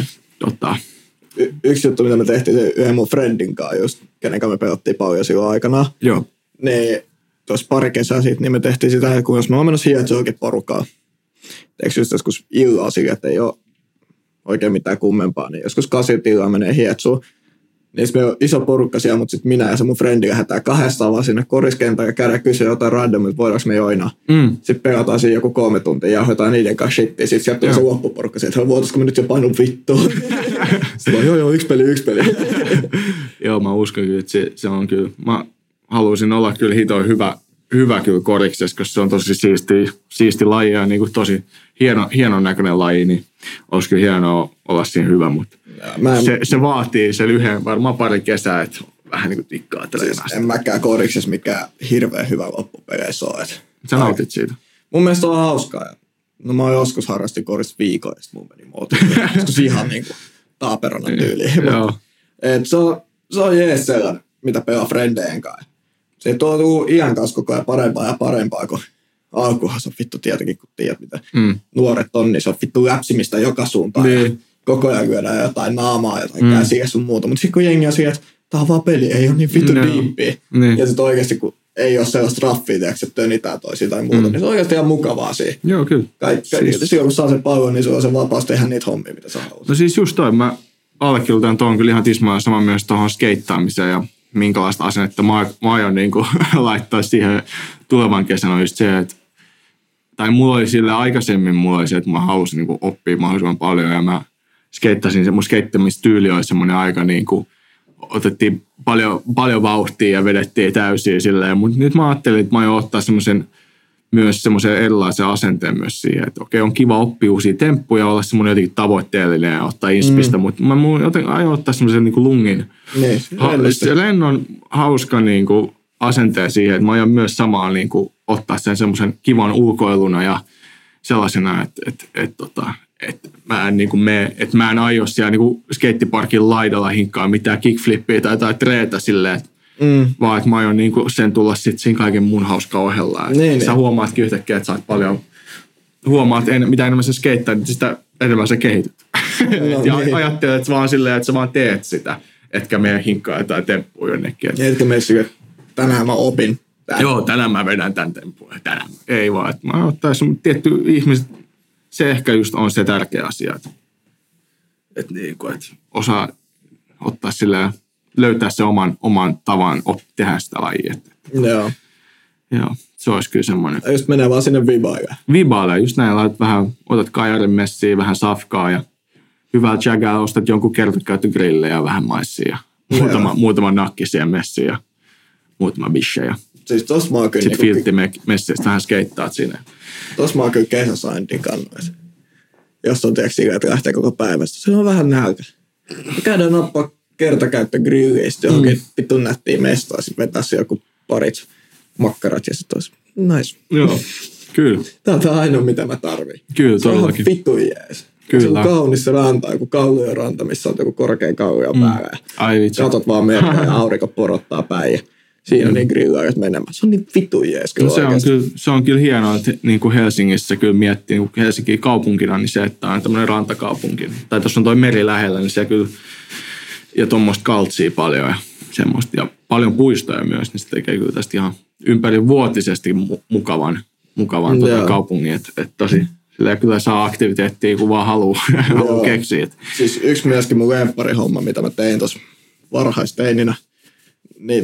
yksi juttu, mitä me tehtiin yhden mun friendin kanssa, just, kenen kanssa me pelattiin paljon silloin aikana. Joo. Niin tuossa pari kesää sitten, niin me tehtiin sitä, että kun jos me ollaan menossa Hietsoonkin porukkaa, eikö just joskus illaa sille, että ei ole oikein mitään kummempaa, niin joskus 8 illaa menee Hietsuun, Niin me on iso porukka siellä, mutta sitten minä ja se mun frendi lähdetään kahdestaan vaan sinne koriskentään ja käydään kysyä jotain randomia, että voidaanko me joinaa. Sitten pelataan siinä joku 3 tuntia ja hoidetaan niiden kanssa shittiä. Sitten sieltä tulee se loppuporukka sieltä, että voitaisiko me nyt jo painua vittuun. Sitten joo, yksi peli. Joo, mä uskon kyllä, että se on kyllä. Mä haluaisin olla kyllä hitoin hyvä kyllä koriksessa, koska se on tosi siisti laji ja niin kuin tosi hienon näköinen laji, niin olisi kyllä hienoa olla siinä hyvä, mutta se vaatii se lyhyen varmaan pari kesää, että vähän niin kuin tikkaa treenaa. En mäkään koriksessa mikään hirveän hyvä loppupeleissä ole. Sä nautit siitä? Mun mielestä on hauskaa. No mä joskus harrastin korista viikon ja sitten mun meni moottoriin. Joskus ihan niin kuin taaperonan tyyliin. Se on jees sellainen, mitä pelaa frendeen kanssa. Se tuotuu iän kanssa koko ajan parempaa ja parempaa, kun alkuhan se on vittu tietenkin, kun tiedät, mitä nuoret on, niin se on vittu läpsimistä joka suuntaan. Niin. Ja koko ajan lyödään jotain naamaa, jotain käsiä sun muuta. Mutta sitten kun jengi on siihen, että tää on vaan peli, ei ole niin vittu diippiä. Niin. Ja sitten oikeasti, kun ei ole sellaista raffia, että tönitään toisiin tai muuta, niin se on oikeasti ihan mukavaa siinä. Joo, kyllä. Silloin kun saa sen pallon, niin sulla on se vapaus tehdä niitä hommia, mitä sä haluat. No siis just toi, mä allekirjoitan tuon kyllä ihan tismaa sama myös tuohon skeittaamiseen ja minkälaista asennetta mä aion niin laittaa siihen tulevan kesän on just se, että tai mulla oli sillä aikaisemmin se, että mä halusin niin oppia mahdollisimman paljon ja mä skeittasin, mun skeittämistyyli oli semmoinen aika niin kuin, otettiin paljon vauhtia ja vedettiin täysiä silleen, mutta nyt mä ajattelin, että mä aion ottaa myös semmoisen erilaisen asenteen myös siihen, että okei, on kiva oppia uusia temppuja ja olla semmoinen jotenkin tavoitteellinen ja ottaa inspistä, mutta mä aion ottaa semmoisen niin kuin lungin. Lennon hauska niin kuin asenteen siihen, että mä aion myös samaan niin kuin ottaa sen semmoisen kivan ulkoiluna ja sellaisena, että mä en, niin kuin mä en aio siellä niin kuin skeittiparkin laidalla hinkkaa mitään kickflippiä tai treetä silleen, vaan että mä aion niin kuin sen tulla sitten siinä kaiken mun hauska ohella. Sä huomaatkin yhtäkkiä, että sä oot paljon, mitä enemmän sä skeittaa, niin sitä enemmän sä kehityt. Ajattelet vaan silleen, että sä vaan teet sitä, etkä mene hinkkaa jotain temppua jonnekin. Etkä mene silleen, että tänään mä opin. Joo, tänään mä vedän tämän temppua. Ei vaan, että mä ottaisin tietty ihmiset, se ehkä just on se tärkeä asia, että osaa ottaa silleen, löytää se oman tavan tehdä sitä lajia. Joo, se olisi kyllä semmoinen. Ja just menee vaan sinne vibaalle. Vibaalle, just näin, otat kajarin messiä, vähän safkaa ja hyvää jagaa, ostat jonkun kertakäytön grille ja vähän maissia ja muutama nakki siihen messiin ja muutama bishe. Siis tossa mä oon kyllä sitten filttimessissä vähän skeittaat siinä. Tossa mä oon kyllä kesäsaintin kannoissa. Jos on tietysti että lähtee koko päivästä, se on vähän nälkä. Käydään nappaa kertakäyttö grillistä johonkin vitun nättiin mestaan, sitten vetää se joku parit makkarat ja sitten olisi nice. Joo, kyllä. Tämä on ainoa, mitä mä tarviin. Kyllä, todellakin. Se on vitun jees. Kyllä. Se on kaunis se ranta, joku Kallion ranta, missä on joku korkea kallio päällä. Ai vitsi. Katot vaan merkkaa ja aurinko porottaa päin ja siinä on niin grillaajat menemään. Se on niin vitun jees kyllä se on kyllä hienoa, että niin kuin Helsingissä kyllä miettii, niin kuin Helsinki kaupunkina, niin se, että on tämmöinen rantakaupunki. Tai tuossa on toi meri lähellä, niin se kyllä, ja tuommoista kaltsia paljon ja semmoista, ja paljon puistoja myös, niin se tekee kyllä tästä ihan ympärivuotisesti mukavan kaupungin, että tosi sillä kyllä saa aktiviteettia, kun vaan haluaa keksiä. Siis yksi myöskin mun lempparihomma, mitä mä tein tuossa varhaisteininä, niin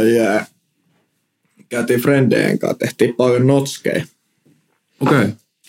käytiin frendeen kanssa, tehtiin paljon notskeja. Okei.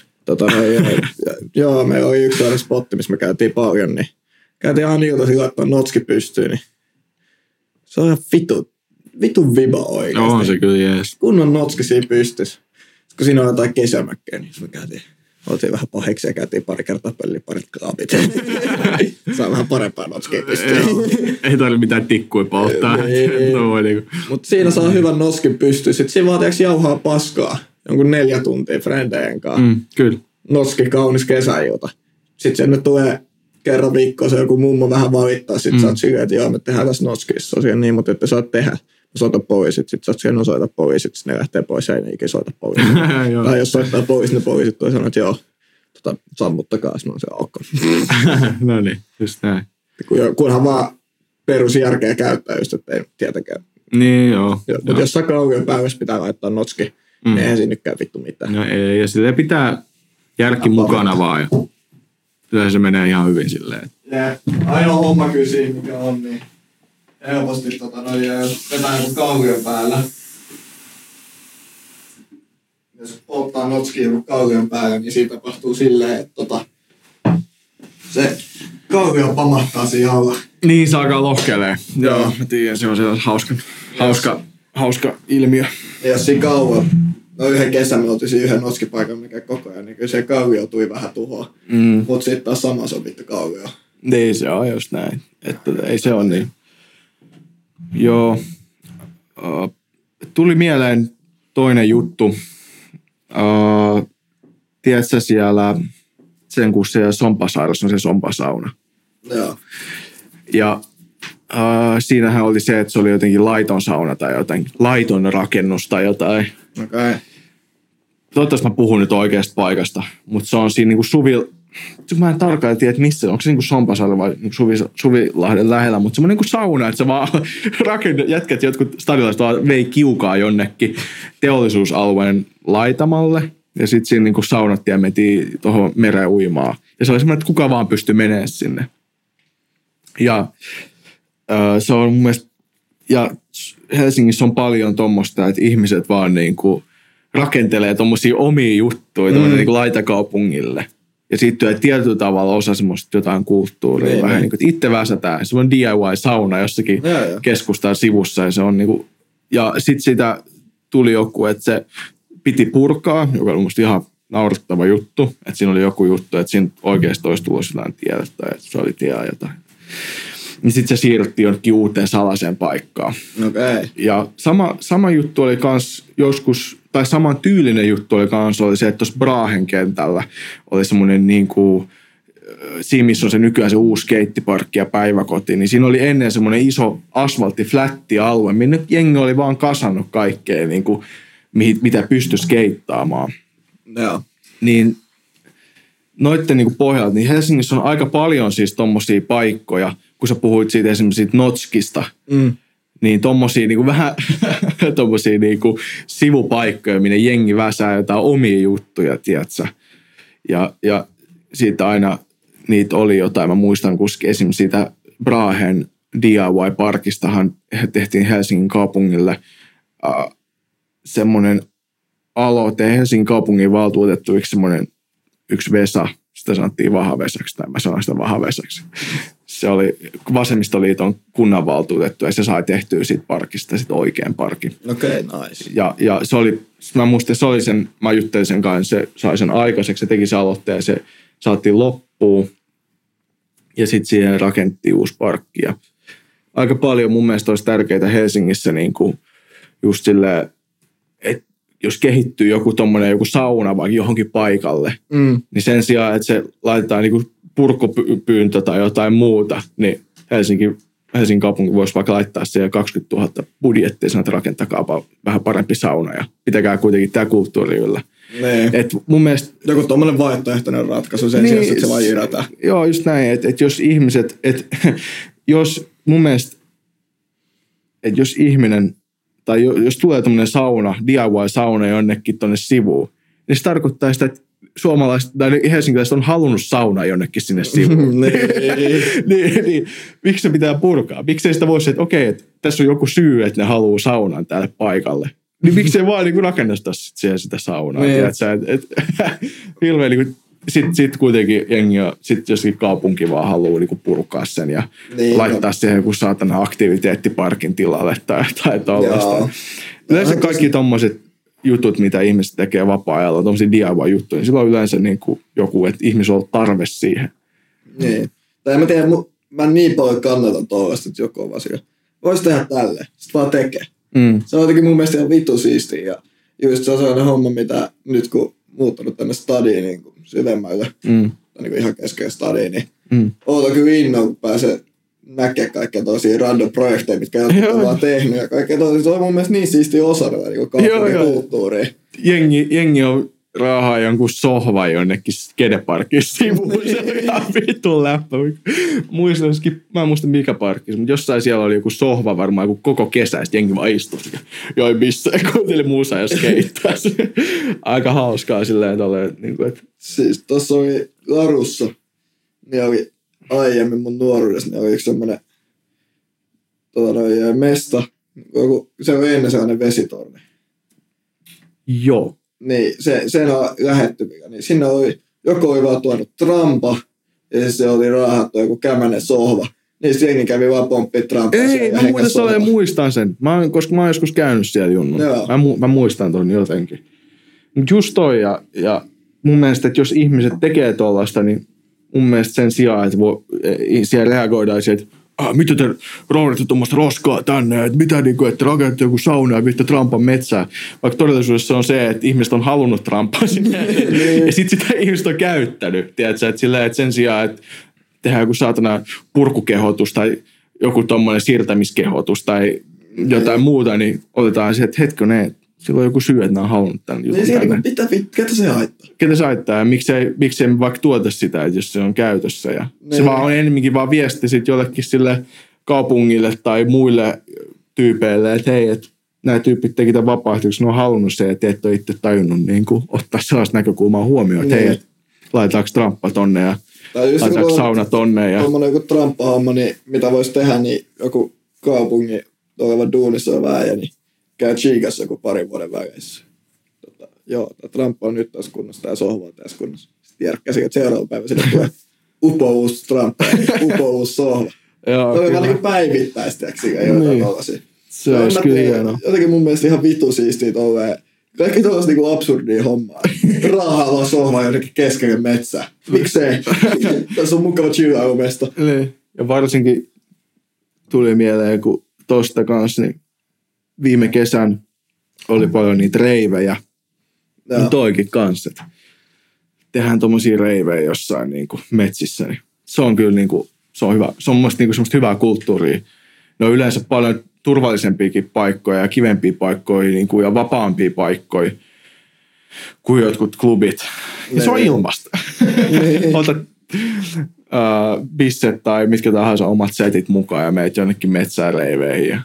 Joo, meillä oli yksi sellainen spotti, missä me käytiin paljon, niin käytiin aina iltaisin laittaa notski pystyyn, niin se on ihan vitun viba oikeasti. On se kyllä jees. Kunnon notski siinä pystyssä. Kun siinä on jotain kesämäkkeä, niin me oltiin vähän paheksi ja käytiin pari kertaa pölliä parit klaapit. Saa vähän parempaa notskia pystyyn. Ei tarvitse mitään tikkuja polttaa. Mutta siinä saa hyvän noskin pystyyn. Sitten siinä vaan jauhaa paskaa. Jonkun 4 tuntia frendeen kanssa. Kyllä. Noski kaunis kesäilta. Sitten sinne tulee kerran viikkoa se joku mummo vähän valittaa. Sitten sä oot silleen, että joo, me tehdään tässä noskissa. Tosiaan niin, mutta ette saa tehdä. Soita poliisit, sit sä oot siihen soita poliisit, sit ne lähtee pois ja ei ne ikinä soita poliisit. Tai jos soittaa poliisit, ne poliisit toi sanoo, että joo, sammuttakaa, no se on ok. No niin, just näin. Kunhan vaan perusjärkeä käyttää just, että ei tietenkään. Niin joo. Mutta jos sakaugen päivässä pitää laittaa notski, niin eihän siinä nytkään vittu mitään. No ei, ja silleen pitää järki mukana vaan ja kyllä se menee ihan hyvin silleen. Ainoa homma kyllä siinä, mikä on, niin helposti vetää joku kauhion päällä. Jos polttaa notskia joku kauhion päällä, niin siinä tapahtuu silleen, että se kauhio pamahtaa siinä alla. Niin, se alkaa lohkelee. Joo, mä tiedän, se on hauska ilmiö. Ja jos siinä kauhio, yhden kesän me oltiin siinä yhden notskipaikan, mikä koko ajan, niin kyllä se kauhio tuli vähän tuhoa. Mutta sitten taas sama sovittu kauhio. Niin, se on just näin. Että ei se ole niin. Joo. Tuli mieleen toinen juttu. Tiedätkö siellä sen, kun se Sompasairassa on se sompasauna? Joo. Ja siinähän oli se, että se oli jotenkin laiton sauna tai jotain, laiton rakennus tai jotain. Okay. Toivottavasti mä puhun nyt oikeasta paikasta, mutta se on siinä niinku mä en tarkkaan tiedä, että missä se on. Onko se niinku Sompasaari vai Suvilahden lähellä, mutta semmoinen niinku sauna, että se vaan jätkät, jotkut stadionilaiset vaan vei kiukaa jonnekin teollisuusalueen laitamalle. Ja sitten siinä niinku saunattiin ja mentiin tuohon mereen uimaan. Ja se oli semmoinen, että kuka vaan pystyi menemään sinne. Ja se on mun mielestä, ja Helsingissä on paljon tommoista, että ihmiset vaan niinku rakentelee tommosia omia juttuja niinku laitakaupungille. Ja siitä tulee tietyllä tavalla osa semmoista jotain kulttuuria. Vähän niin kuin, että itse väsätään. Se on DIY-sauna jossakin keskustan sivussa. Ja se on niinku, ja sitten sitä tuli joku, että se piti purkaa, joka oli musta ihan naurettava juttu. Että siinä oli joku juttu, että siinä oikeasti olisi tullut jotain tiedettä, että se oli tiedä jotain. Niin sitten se siirryttiin jonnekin uuteen salaiseen paikkaan. Okay. Ja sama juttu oli kans joskus, tai saman tyylinen juttu oli se, että tuossa Brahen kentällä oli semmoinen niinku, siinä missä on se nykyään se uusi skeittiparkki ja päiväkoti, niin siinä oli ennen semmoinen iso asfalttiflätti-alue, minne jengi oli vaan kasannut kaikkea, niinku, mitä pystyi skeittaamaan. Joo. Niin noitten niinku pohjalta, niin Helsingissä on aika paljon siis tommosia paikkoja, kun sä puhuit siitä esimerkiksi siitä Notskista, niin tommosia niinku vähän tommosia niinku sivupaikkoja, minne jengi väsää jotain omia juttuja, tiedätkö? Ja siitä aina niitä oli jotain. Mä muistan, kun esimerkiksi siitä Brahen DIY-parkistahan tehtiin Helsingin kaupungille semmoinen aloite, Helsingin kaupungin valtuutettu yksi Vesa, sitä sanottiin Vahavesaksi, tai mä sanoin sitä Vahavesaksi. Se oli Vasemmistoliiton kunnanvaltuutettu, ja se sai tehtyä siitä parkista sit oikein parkin. Okei, nice. Ja se oli, mä muistin, se oli sen, mä juttelin sen kanssa, se sai sen aikaiseksi, se teki sen aloitteen, ja se saatiin loppuun, ja sitten siihen rakennettiin uusi parkki. Ja aika paljon mun mielestä olisi tärkeää Helsingissä niin kuin just silleen, että jos kehittyy joku sauna vaikka johonkin paikalle, niin sen sijaan, että se laitetaan niin kuin purkupyyntö tai jotain muuta, niin Helsingin kaupunki voisi vaikka laittaa siihen 20 000 budjettia, sanoa, että rakentakaapa vähän parempi sauna ja pitäkää kuitenkin tämä kulttuuri yllä. Et mun mielestä, joku tommoinen vaihtoehtoinen ratkaisu sen sijaan, että se vaan jyrätään. Joo, just näin, että jos ihmiset, jos mun mielestä, että jos ihminen, tai jos tulee tämmöinen sauna, DIY-sauna jonnekin tonne sivuun, niin se tarkoittaa sitä, että suomalaiset tai helsinkiläiset on halunnut saunaa jonnekin sinne sivuun. niin, miksi se pitää purkaa? Miksi ei sitä voisi, että okei, että tässä on joku syy, että ne haluaa saunan tälle paikalle. Niin miksi ei vaan niin rakenneta sitä saunaa? Hirveän niin sitten kuitenkin jengi ja sitten joskin kaupunki vaan haluaa niin purkaa sen ja laittaa siihen joku saatana aktiviteettiparkin tilalle tai tollaista. Yleensä kaikki tommoset jutut, mitä ihmiset tekee vapaa-ajalla, tommosia DIY-juttuja, niin silloin yleensä niin kuin joku, että ihmisellä on tarve siihen. Niin. Tai mä tiedän, mä niin paljon kannatan tollaista, että joku on asia. Voisi tehdä tälleen, sit vaan tekee. Se on jotenkin mun mielestä ihan vittu siistiä. Ja just se on sellainen homma, mitä nyt kun muuttanut tänne stadiin niin syvemmälle, tai niin ihan keskeen stadiin, niin ootan kyllä innoa, kun pääsee näkemään kaikkea tosia random projekteja, mitkä jotkut on vaan tehnyt. Ja kaikkea tosia. Se on mun mielestä niin siistiä osa niin kaupungin kulttuuria. Jengi on raahaa jonkun sohva jonnekin skedeparkin sivuun. Se on ihan vitun läppä. Mä en muista mikä parkki, mutta jossain siellä oli joku sohva varmaan joku koko kesä, ja jengi vaan istui. Joi missä, kuunteli muusa ja skeittaa. Aika hauskaa silleen tolleen. Niin kuin, että... Siis tossa oli Larussa, niin oli aiemmin mun nuoruudessa, niin oli yksi semmoinen mesta. Se on ennen sellainen vesitorni. Joo. Niin, sen on lähetty. Niin sinne oli vaan tuonut trampa, ja se oli raahattu joku kämänen sohva. Niin siinä kävi vaan pomppia trampaa. Ei, mä muistan sen. Koska mä oon joskus käynyt siellä junnun. Mä muistan ton jotenkin. Mut just toi, ja mun mielestä, että jos ihmiset tekee tollaista, niin mun mielestä sen sijaan, että siellä reagoidaan siihen, että mitä te roudatte tuommoista roskaa tänne, että mitä niinku, että rakennatte joku sauna ja viette trampan metsään. Vaikka todellisuudessa on se, että ihmiset on halunnut trampaa sinne. Ja sit sitä ihmiset on käyttänyt. Tiedätkö, että sen sijaan, että tehdään joku saatana purkukehotus tai joku tommoinen siirtämiskehotus tai jotain muuta, niin otetaan se, että hetkinen, silloin joku syy, että nämä on halunnut tämän jutun tänne. Ketä se haittaa? Ketä se haittaa ja miksei me vaikka tuota sitä, että jos se on käytössä. Ja se vaan on enemmänkin vaan viesti sitten jollekin sille kaupungille tai muille tyypeille, että hei, että nämä tyypit teki tämän vapaaehtoisesti, ne on halunnut se, että et ole itse tajunnut niin kuin, ottaa sellaista näkökulmaa huomioon, että hei, että laitetaanko tramppa tonne ja laitetaanko sauna tonne. Tuommoinen joku tramppahomma, niin mitä voisi tehdä, niin joku kaupungin oleva duunissa on väijä, niin käy Chiikassa joku parin vuoden väleissä. Joo, tämä tramppa on nyt tässä kunnossa, tämä sohva on tässä kunnossa. Sitten järkkäsin, että seuraava päivä sinne tulee upouus tramppa ja upouus sohva. Joo, toi on vähän niin kuin päivittäistä, jotain tollaisia. Se olisi kyllä hienoa. Jotenkin mun mielestä ihan vitu siistiä tolleen. Kaikki tollaista niinku absurdia hommaa. Raahaa vaan sohvaa jonnekin keskelle metsää. Miksei? Tässä on mukava chill-aumesta. Niin. Ja varsinkin tuli mieleen, kun tosta kanssa, niin viime kesän oli paljon niitä reivejä. No. Toikin kanssa, että tehdään tommosia reivejä jossain niinku metsissä. Niin se on kyllä niinku, se on hyvä. Se on mun mielestä niinku semmoista hyvää kulttuuria. Ne on yleensä paljon turvallisempiakin paikkoja ja kivempiä paikkoja niinku, ja vapaampia paikkoja kuin jotkut klubit. Ja se on ilmasta. Otat bisset tai mitkä tahansa omat setit mukaan ja meet jonnekin metsään reiveihin. Ja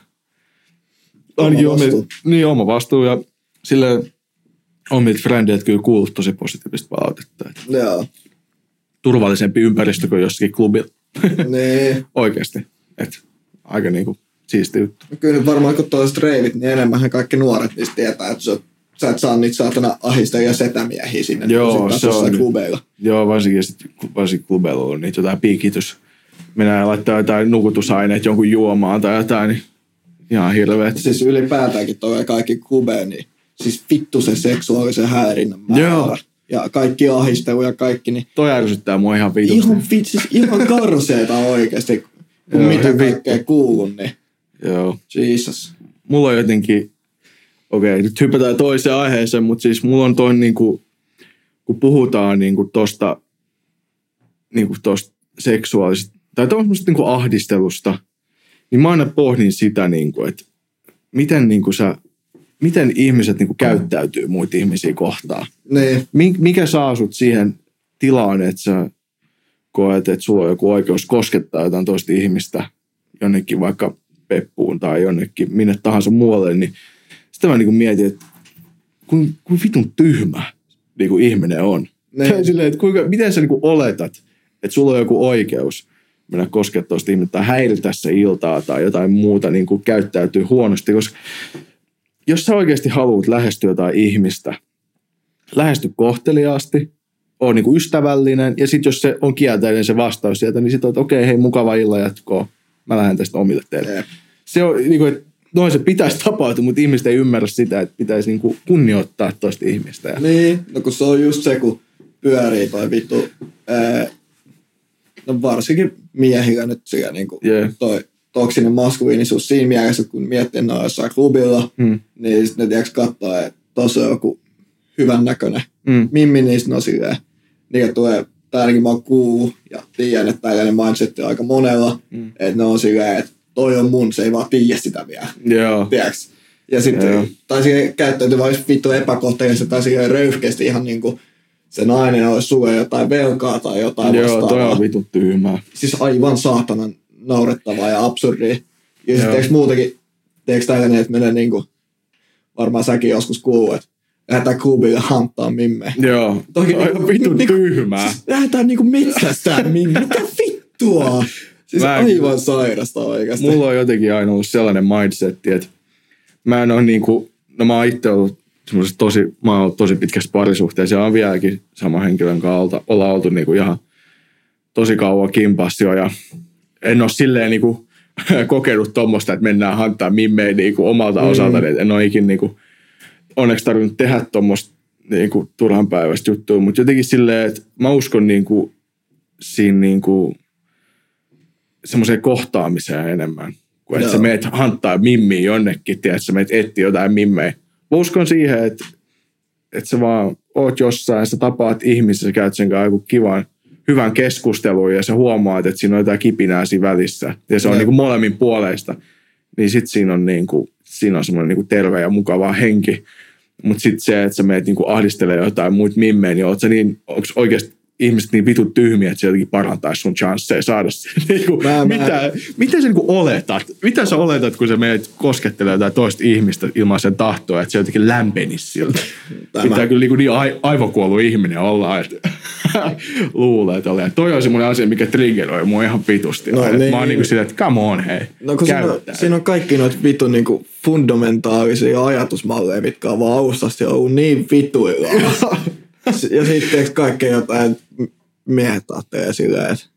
oma vastuu. Ja silleen omilta frendeiltä kyllä kuullut tosi positiivista palautetta. Joo. Turvallisempi ympäristö kuin jossakin klubilla. Niin. Oikeasti. Että aika niinku siisti juttu. Kyllä varmaan kun toiset reivit, niin enemmänhän kaikki nuoret niistä tietää, että sä et saa niitä saatana ahistajia setämiehiä sinne. Joo, se on. Klubeilla. Joo, varsinkin klubeilla on niitä jotain piikitys. Mennään laittaa jotain nukutusaineet jonkun juomaan tai jotain, niin ihan hirveet. Siis ylipäätäänkin toi kaikki klubeen, niin siis vittu se seksuaalisen häirinnän määrä. Joo. Ja kaikki ahistelu ja kaikki. Niin toi ärsyttää mua ihan vitusti. Ihan karseeta oikeasti, kun joo, mitä kaikkea kuulun. Niin. Joo. Jesus. Mulla on jotenkin, okei, nyt hypätään toiseen aiheeseen, mutta siis mulla on toi niinku, kun puhutaan niinku tosta seksuaalisesta, tai tommosesta niinku ahdistelusta, niin mä aina pohdin sitä niinku, että miten ihmiset niinku käyttäytyy muita ihmisiä kohtaan. Niin. Mikä saa sut siihen tilaan, että sä koet, että sulla on joku oikeus koskettaa jotain toista ihmistä jonnekin vaikka peppuun tai jonnekin minne tahansa muualle, niin sitten mä niinku mietin, että kuin vitun tyhmä niinku ihminen on. Silleen, että miten sä niinku oletat, että sulla on joku oikeus mennä koskemaan toista ihmistä tai häiritä se iltaa tai jotain muuta niinku käyttäytyy huonosti, koska jos sä oikeasti haluat lähestyä jotain ihmistä, lähesty kohteliaasti, on niinku ystävällinen ja sitten jos se on kielteinen se vastaus sieltä, niin sitten on, että okei, hei, mukava illan jatkoa. Mä lähden tästä omille teille. Se on niinku, että noin se pitäisi tapahtua, mutta ihmiset ei ymmärrä sitä, että pitäisi niinku kunnioittaa toista ihmistä. Niin, no kun se on just se, kun pyörii toi vittu, no varsinkin miehillä nyt siellä niinku toi toksinen maskuliinisuus siinä mielessä, kun miettii, että ne on jossain klubilla, niin sitten ne tiedätkö katsoo, että tuossa on joku hyvän näköinen mimmi, niin sitten on silleen, niitä tulee, tai ainakin mä oon kuullut ja tiedän, että tällainen mindset on aika monella, että ne on silleen, että toi on mun, se ei vaan tiedä sitä vielä. Joo. Tiedätkö? Ja sitten, tai siihen käyttäytyy vaan vittu epäkohteellisesti tai siihen röyhkeästi ihan niin kuin se nainen olisi sulle jotain velkaa tai jotain vastaavaa. Joo, toi on vittu tyhmää. Siis aivan saatanan naurettavaa ja absurdia. Ja sitten teekö muutenkin, teekö tällainen, että menee niin kuin, varmaan säkin joskus kuuluu, että lähdetään klubille hanttaa mimmeen. Joo, toi on vittu tyhmää. Siis lähdetään niinku metsästään mimmeen. Mitä vittua? Siis aivan sairasta oikeasti. Mulla on jotenkin aina ollut sellainen mindsetti, että mä en ole niinku, no mä oon itse ollut mä oon ollut tosi pitkässä parisuhteessa ja on vieläkin sama henkilön kanssa ollaan oltu niinku ihan tosi kauan kimpassa jo ja en ole silleen niinku kokenut tommoista, että mennään hanttaa mimmeen niinku omalta osalta, että en ole ikin niinku onneksi tarvinnut tehdä tommoista niinku turhanpäiväistä juttua, mutta jotenkin silleen, että mä uskon niinku siinä niinku semmoiseen kohtaamiseen enemmän, kuin että sä meet hanttaa mimmiä jonnekin, tiedät, sä meet etsiä jotain mimmejä. Mä uskon siihen, että sä vaan oot jossain, sä tapaat ihmisiä, sä käyt sen kanssa joku kivan, hyvän keskustelun ja sä huomaat, että siinä on jotain kipinää siinä välissä. Ja se on niinku molemmin puoleista. Niin sit siinä on semmoinen niinku terve ja mukava henki. Mutta sitten se, että sä meet niinku ahdistelemaan jotain muita mimmejä, niin onko oikeasti ihmiset niin vitut tyhmiä, että se jotenkin parantaisi sun chansseja saada se. Niinku, mitä sä niinku oletat? Mitä sä oletat, kun sä menet koskettelemaan jotain toista ihmistä ilman sen tahtoa, että se jotenkin lämpenisi siltä? Pitää kyllä niin aivokuollut ihminen olla, että luulee, että ole. Toi on semmoinen asia, mikä triggeroi mua ihan vitusti. No, niin. Mä oon niinku silleen, että come on, hei. No kun siinä on kaikki noita vitun niinku fundamentaalisia ajatusmalleja, mitkä on vaan austasti ollut niin vituillaan. Ja sitten kaikkea jotain miehet ajattelee silleen, että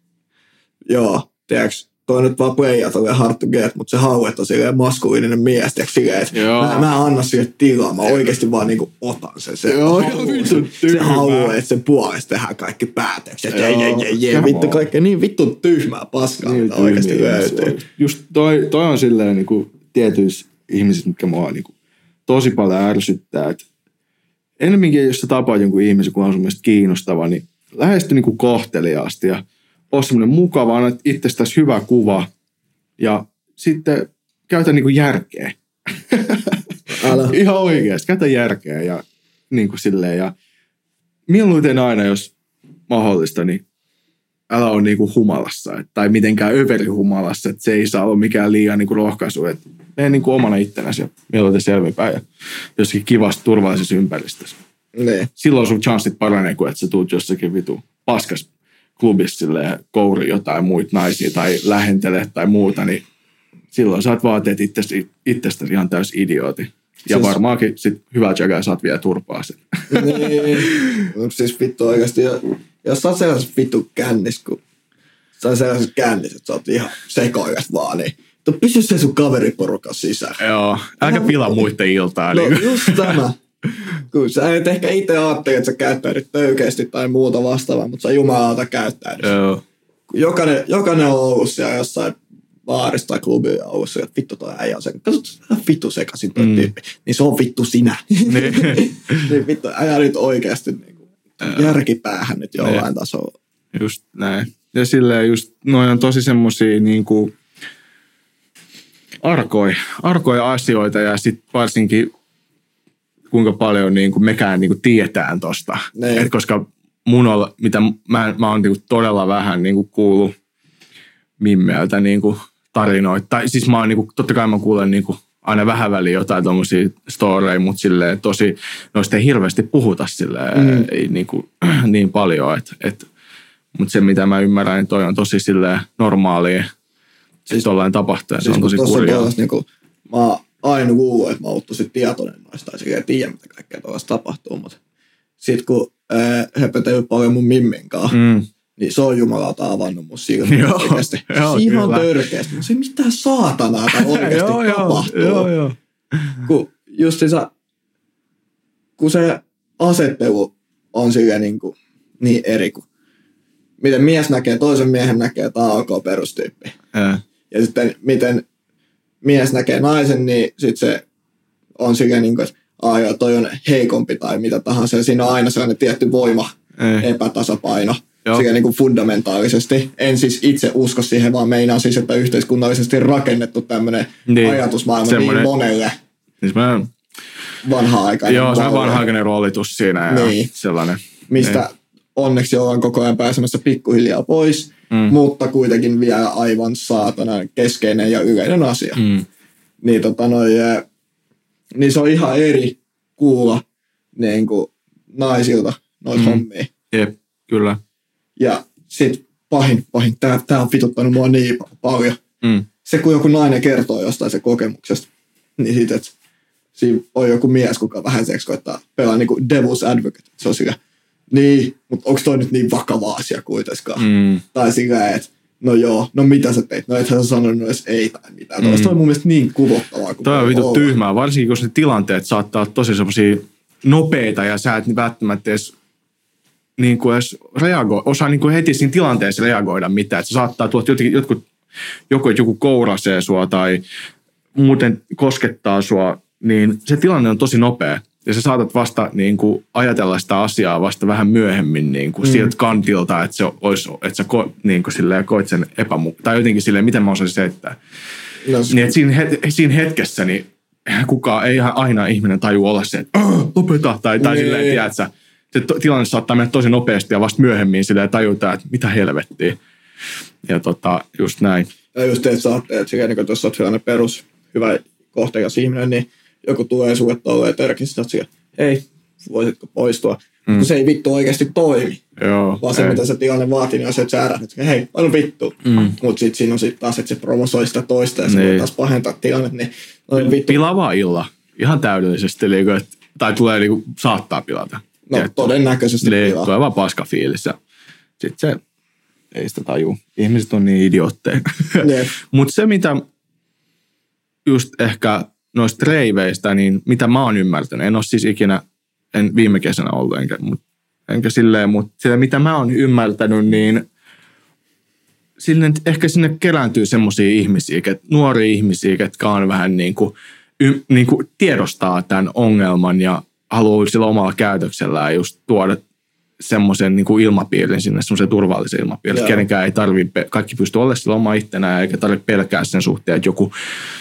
joo, tiedäks, toi nyt vaan playat ole hard to get, mutta se hauet on silleen maskuliininen mies, tiedäks silleen, että mä en anna sille tilaa, mä oikeesti vaan niinku otan sen. Se haluaa, että sen puolesta tehdään kaikki päätökset. Vittu kaikkea niin vittu tyhmää paskaa, mitä oikeesti löytyy. Just toi on silleen niinku tietyissä ihmisissä, mitkä mua niinku tosi paljon ärsyttää, että ennemminkin, jos sä tapaat jonkun ihmisen, kun on sun mielestä kiinnostava, niin lähesty niin kuin kohteliaasti ja ole semmoinen mukava, anna itsestäsi hyvä kuva ja sitten käytä niin kuin järkeä. Ihan oikeasti, käytä järkeä ja niin kuin silleen. Ja mieluiten aina, jos mahdollista, niin älä ole niin kuin humalassa tai mitenkään överihumalassa, että se ei saa olla mikään liian niin kuin rohkaisu, että mene niin kuin omana ittenäsi ja mieluiten selvinpäin ja jossakin kivassa turvallisessa ympäristössä. Ne. Silloin sun chanssit paranee, kun että sä tuut jossakin vitu paskas klubissa kouri jotain muita naisia tai lähentele tai muuta, niin silloin saat vaateet itsestäsi ihan täys idiooti. Ja siis varmaankin sit hyvää tsäkää saat vielä turpaa sen. Niin, siis vittu oikeasti, jos sä oot sellaisessa vittu kännis, kun sä oot sellaisessa kännis, että sä oot ihan sekoikas vaan, niin pysy sen sun kaveriporukan sisällä. Joo, älkä pilaa muiden iltaa. No niin. Just tämä. Kun sä et ehkä itse ajattele, että sä käyttäydyt töykeästi tai muuta vastaavaa, mutta sä jumalauta käyttäydyt. Joo. Jokainen on ollut siellä jossain baarissa tai klubilla ollut siellä, että vittu toi äijä on se. Katsotaan vittu sekaisin toi tyyppi. Niin se on vittu sinä. Niin vittu äijä nyt oikeasti niin järkipäähän nyt jollain tasolla. Just näin. Ja silleen just, noin on tosi semmosia niinku arkoja asioita ja sit varsinkin kuinka paljon niinku mekään niinku tietään tosta. Et koska mitä mä oon niinku todella vähän niinku kuullut mimmeiltä niinku tarinoita. Tai siis mä oon niinku, totta kai mä kuulen niinku aina vähän väliin jotain tommosia storeja, mutta silleen tosi, noista ei hirveästi puhuta silleen ei niinku niin paljon, mutta se mitä mä ymmärrän, niin toi on tosi silleen normaalia. Siis tollain tapahtuu ja se on tosi kurjaa. Niinku, mä oon aina kuullut, että mä oon tosi tietoinen noista ja silleen tiedä, mitä kaikkea tuollaista tapahtuu, mutta sit kun höpötellyt paljon mun mimmin kanssa, niin se on jumalauta avannut mun silmiä oikeasti. Ihan törkeästi. Se mitä saatanaa tää oikeasti tapahtuu. Joo. Kun justiinsa, kun se asettelu on silleen niin eri kuin miten mies näkee, toisen miehen näkee, tää on perustyyppi. Ja sitten miten mies näkee naisen, niin sit se on silleen niin kuin, että joo, toi on heikompi tai mitä tahansa. Ja siinä on aina sellainen tietty voima, epätasapaino. Silleen niin kuin fundamentaalisesti. En siis itse usko siihen, vaan meinaan siis, että yhteiskunnallisesti rakennettu tämmöinen ajatusmaailma niin monelle. Niin vanha-aikainen. Joo, se on vanha-aikainen roolitus siinä ja sellainen. Mistä onneksi ollaan koko ajan pääsemässä pikkuhiljaa pois, mutta kuitenkin vielä aivan saatana keskeinen ja yleinen asia. Niin, niin se on ihan eri kuulla niin kuin naisilta noita hommia. Jep, kyllä. Ja sit pahin, tää on vituttanut mua niin paljon. Se, kun joku nainen kertoo jostain se kokemuksesta, niin siitä, että siinä on joku mies, kuka vähän seksi koittaa pelaa niin kuin devil's advocate. Se on sillä, niin, mutta onko toi nyt niin vakava asia kuitenkaan? Tai sillä, että no joo, no mitä sä teit? No ethän sä sanonut edes ei tai mitään. Toi on mun mielestä niin kuvottavaa. Toi on vittu tyhmää, varsinkin kun ne tilanteet saattaa olla tosi semmosia nopeita ja sä et välttämättä edes niin kuin edes osaa niin kuin heti siinä tilanteessa reagoida mitään. Että se saattaa tulla joku kourasee sua tai muuten koskettaa sua, niin se tilanne on tosi nopea. Ja sä saatat vasta niin kuin ajatella sitä asiaa vasta vähän myöhemmin niin kuin sieltä kantilta, että sä niin kuin silleen koit sen tai jotenkin silleen, miten mä osaisin selittää. No, niin, että siinä hetkessä niin kukaan, ei aina ihminen taju olla se, että lopeta, tai silleen, tiedät sä, se tilanne saattaa mennä tosi nopeasti ja vasta myöhemmin silleen tajutaan, että mitä helvettiä. Ja just näin. Ja just että sä ajattelet, että jos sä oot sellainen perus hyvä kohtelias ihminen, niin joku tulee sulle tolleen törkissä, että hei, voisitko poistua? Kun se ei vittu oikeasti toimi. Joo, vaan se, mitä se tilanne vaatii, niin on se, että sä äärät, että hei, anna vittu. Mutta sitten siinä on sit taas, että se promosoi sitä toista ja se voi taas pahentaa tilanne. Niin vittu. Pilava illa. Ihan täydellisesti. Tai tulee saattaa pilata. No todennäköisesti pilaa. Tulee vaan paska fiilis. Sitten se ei sitä tajuu. Ihmiset on niin idiootteja. Mutta se, mitä just ehkä noista reiveistä, niin mitä mä oon ymmärtänyt, en ole siis ikinä, en viime kesänä ollut, enkä silleen, mutta sitä mitä mä oon ymmärtänyt, niin silleen, ehkä sinne kerääntyy semmoisia ihmisiä, nuoria ihmisiä, ketkä on vähän niin kuin tiedostaa tämän ongelman ja haluaa sillä omalla käytöksellään just tuoda semmoisen niin kuin ilmapiirin sinne, semmoisen turvallisen ilmapiirin. Kenenkään ei tarvitse, kaikki pystyy olemaan sillä omaa ittenään, eikä tarvitse pelkää sen suhteen, että joku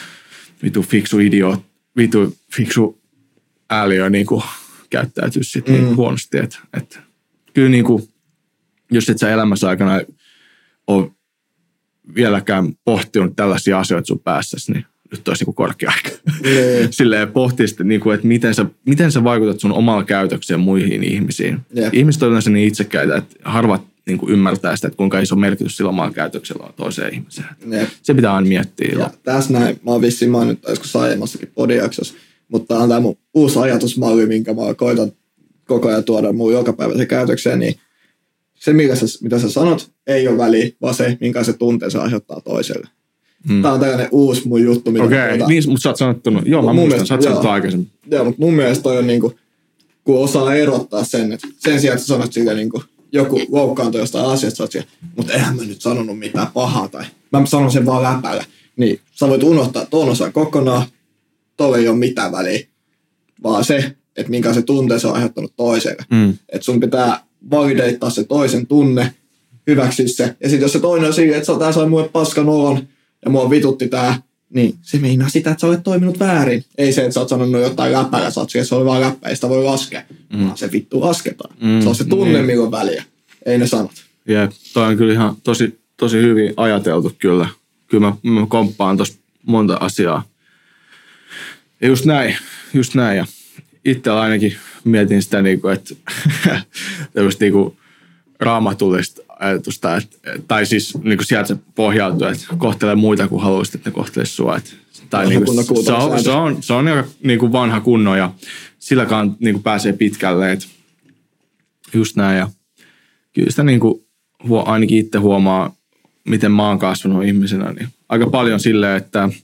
fiksu ääliö niin kuin käyttäytyy sitten niin huonosti. Et kyllä niin kuin, jos et sä elämässä aikana ole vieläkään pohtinut tällaisia asioita sun päässäsi, niin nyt olisi niin korkea aika. Silleen pohtii sitten, niin kuin, että miten sä vaikutat sun omalla käytökseen muihin ihmisiin. Ihmiset on yleensä niin itsekäitä, että harvat niin kuin ymmärtää sitä, että kuinka iso merkitys sillä omalla käytöksellä on toiseen ihmiseen. Se pitää aina miettiä. Ja tässä näin, mä oon vissiin maininnut joskus aiemmassakin podijaksossa, mutta tämä on tämä mun uusi ajatusmalli, minkä mä koitan koko ajan tuoda mun jokapäiväiseen käytökseen, niin se, mitä sä sanot, ei ole väliä, vaan se, minkä se tunteen se aiheuttaa toiselle. Tämä on tällainen uusi mun juttu. Okei, niin, mutta sä oot sanottunut. Joo, mä muistan, sä oot sanottu aikaisemmin. Joo, mutta mun mielestä toi on niinku, kun osaa erottaa sen, että sen sijaan, että sä sanot siitä niinku, joku loukkaantui jostain asiasta, sä oot siellä, mutta eihän mä nyt sanonut mitään pahaa, tai mä sanon sen vaan läpällä. Niin sä voit unohtaa tuon osan kokonaan, tolle ei ole mitään väliä, vaan se, että minkä se tunteen se on aiheuttanut toiselle. Että sun pitää valideittaa se toisen tunne, hyväksyä se. Ja sitten jos se toinen on siinä, että tää sai mulle paskan olon ja mua vitutti tää, niin se meinaa sitä, että sä olet toiminut väärin. Ei se, että sä oot sanonut jotain läppäillä, sä oot siihen, että se oli vaan läppä, ei sitä voi laskea. Vaan se vittu lasketaan. Se on se tunne, milloin väliä. Ei ne sanot. Jep, toi on kyllä ihan tosi hyvin ajateltu kyllä. Kyllä mä komppaan tossa monta asiaa. Ja just näin. Ja itsellä ainakin mietin sitä, että tämmöistä raamatullista ajatusta, tai siis sieltä se pohjautuu, että kohtelee muita kuin haluaisit, että ne kohtelisi sua. Tai se on vanha kunno ja silläkaan pääsee pitkälle. Että just näin. Ja kyllä sitä ainakin itse huomaa, miten mä oon kasvanut ihmisenä, niin aika paljon silleen,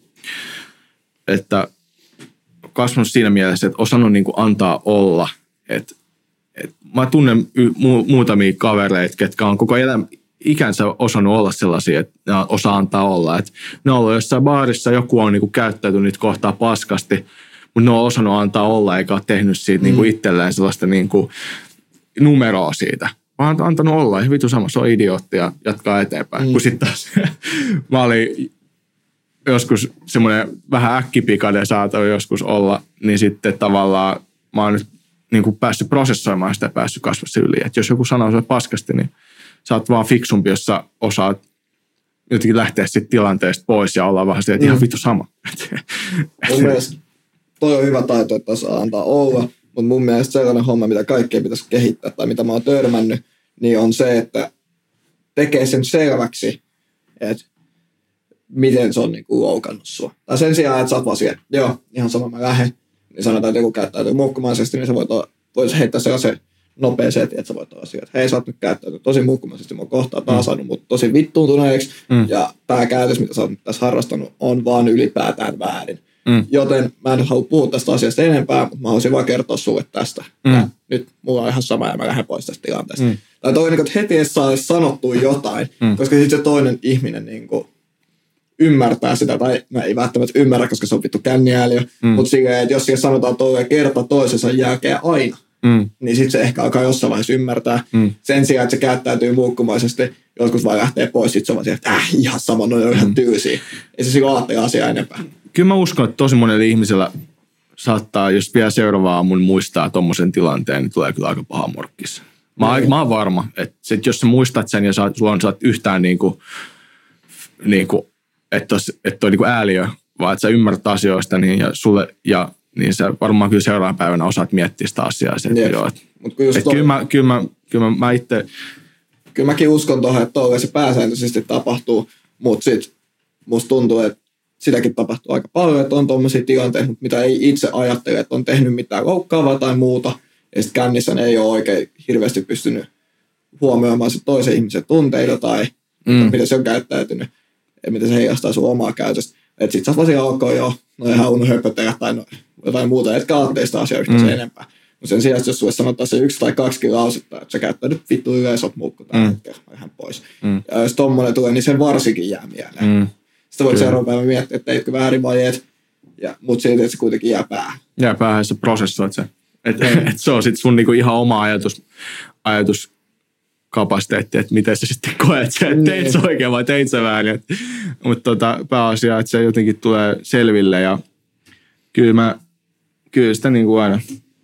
että kasvanut siinä mielessä, että osannut antaa olla. Että mä tunnen muutamia kavereita, ketkä on koko ikänsä osannut olla sellaisia, että ne osaa antaa olla. Että ne on ollut jossain baarissa, joku on käyttäytynyt kohtaa paskasti, mutta ne on osannut antaa olla, eikä ole tehnyt siitä itselleen sellaista numeroa siitä. Mä oon antanut olla, ja vitu sama, se on idiootti ja jatkaa eteenpäin. Kun sitten taas mä olin joskus semmoinen vähän äkkipikade saatava joskus olla, niin sitten tavallaan mä oon nyt päässyt prosessoimaan sitä ja päässyt kasvassa yli. Että jos joku sanoo sulle paskasti, niin sä oot vaan fiksumpi, jos sä osaat jotenkin lähteä siitä tilanteesta pois ja olla vähän se, että ihan vittu sama. Mun mielestä toi on hyvä taito, että osaa antaa olla, mutta mun mielestä sellainen homma, mitä kaikkea pitäisi kehittää tai mitä mä oon törmännyt, niin on se, että tekee sen selväksi, että miten se on niinku loukannut sua. Tai sen sijaan, että sä oot vaan siellä, joo, ihan sama mä lähden, niin sanotaan, että joku käyttäytyy muukkumaisesti, niin sä voit heittää sellaisen nopea seti, että sä voit olla siellä, että hei, sä oot nyt käyttäytynyt tosi muukkumaisesti, mä kohtaa taas saanut mut tosi vittuuntuneeksi, ja tää käytös, mitä sä oot tässä harrastanut, on vaan ylipäätään väärin. Joten mä en halua puhua tästä asiasta enempää, mutta mä haluaisin vaan kertoa sulle tästä. Ja nyt mulla on ihan sama ja mä lähden pois tästä tilanteesta. Tai toinen, että heti edes saa sanottua jotain, koska sitten se toinen ihminen niinku ymmärtää sitä, tai ei välttämättä ymmärrä, koska se on vittu känniääliö, mutta silleen, että jos siihen sanotaan kerta toisensa jälkeen aina, niin sitten se ehkä alkaa jossain vaiheessa ymmärtää. Sen sijaan, että se käyttäytyy muukkumaisesti, joskus vaan lähtee pois, sitten se on vaan siihen, että ihan sama, no on ihan tyysiä. Ei se silloin ajattele asiaa enempää. Kyllä mä uskon, että tosi monella ihmisellä saattaa, jos vielä seuraavaa aamun muistaa tommosen tilanteen, niin tulee kyllä aika paha morkkissa. Mä oon varma, että jos sä muistat sen ja sulla saat yhtään niinku että on niinku ääliö, vaan että sä ymmärrät asioista niin ja sulle niin sä varmaan kyllä seuraavana päivänä osaat miettiä sitä asiaa. Kyllä mä itse... Kyllä mäkin uskon tuohon, että se pääsääntöisesti tapahtuu, mutta sitten musta tuntuu, että sitäkin tapahtuu aika paljon, että on tommosia tilanteita, mitä ei itse ajattele, että on tehnyt mitään loukkaavaa tai muuta, ja sitten kännissä ei ole oikein hirveästi pystynyt huomioimaan se toisen ihmisen tunteita tai miten se on käyttäytynyt, ja miten se heijastaa sun omaa käytöstä. Että sit sä oot vaan ok, joo, no ihan unnu höpötellä tai jotain muuta, etkä ajattele sitä asiaa yhtään enempää. Mutta sen sijaan, jos sulle sanotaan se 1 tai 2 lausetta, että sä käyttäydyt vittu yleisot muukku tai hetkellä ihan pois. Ja jos tommonen tulee, niin se varsinkin jää mieleen. Sitten voit seuraavan päivän miettiä, että teitkö väärin vai et, mutta siitä, että se kuitenkin jää päähän. Jää päähän ja sä prosessoit sen. Että se on sitten sun niinku ihan oma ajatuskapasiteetti, että miten sä sitten koet sen, että teit sä oikein vai teit sä väärin. Mutta pääasia, että se jotenkin tulee selville ja kyllä sitä niinku aina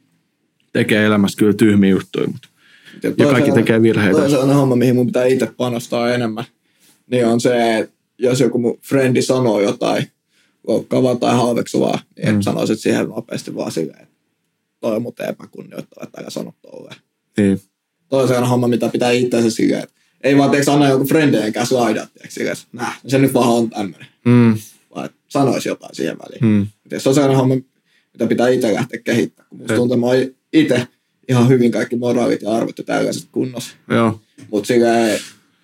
tekee elämässä kyllä tyhmiä juttuja, mutta ja kaikki tekee virheitä. Toisaalta homma, mihin mun pitää itse panostaa enemmän, niin on se, että jos joku mun frendi sanoo jotain loukkaavaa tai halveksuvaa, niin et sanoisit siihen nopeasti vaan silleen, että toi on muuten epäkunnioittava, että älä sano tolleen. Niin. Toisaalta homma, mitä pitää itseänsä silleen, että ei vaan anna joku frendien kanssa laidat, silleen, että se nyt vaan on tämmöinen. Vaan sanoisi jotain siihen väliin. Se on sellainen homma, mitä pitää itse lähteä kehittämään, kun musta tuntuu, että mä oon itse ihan hyvin kaikki moraalit ja arvot ja tällaiset kunnossa. Mutta silleen,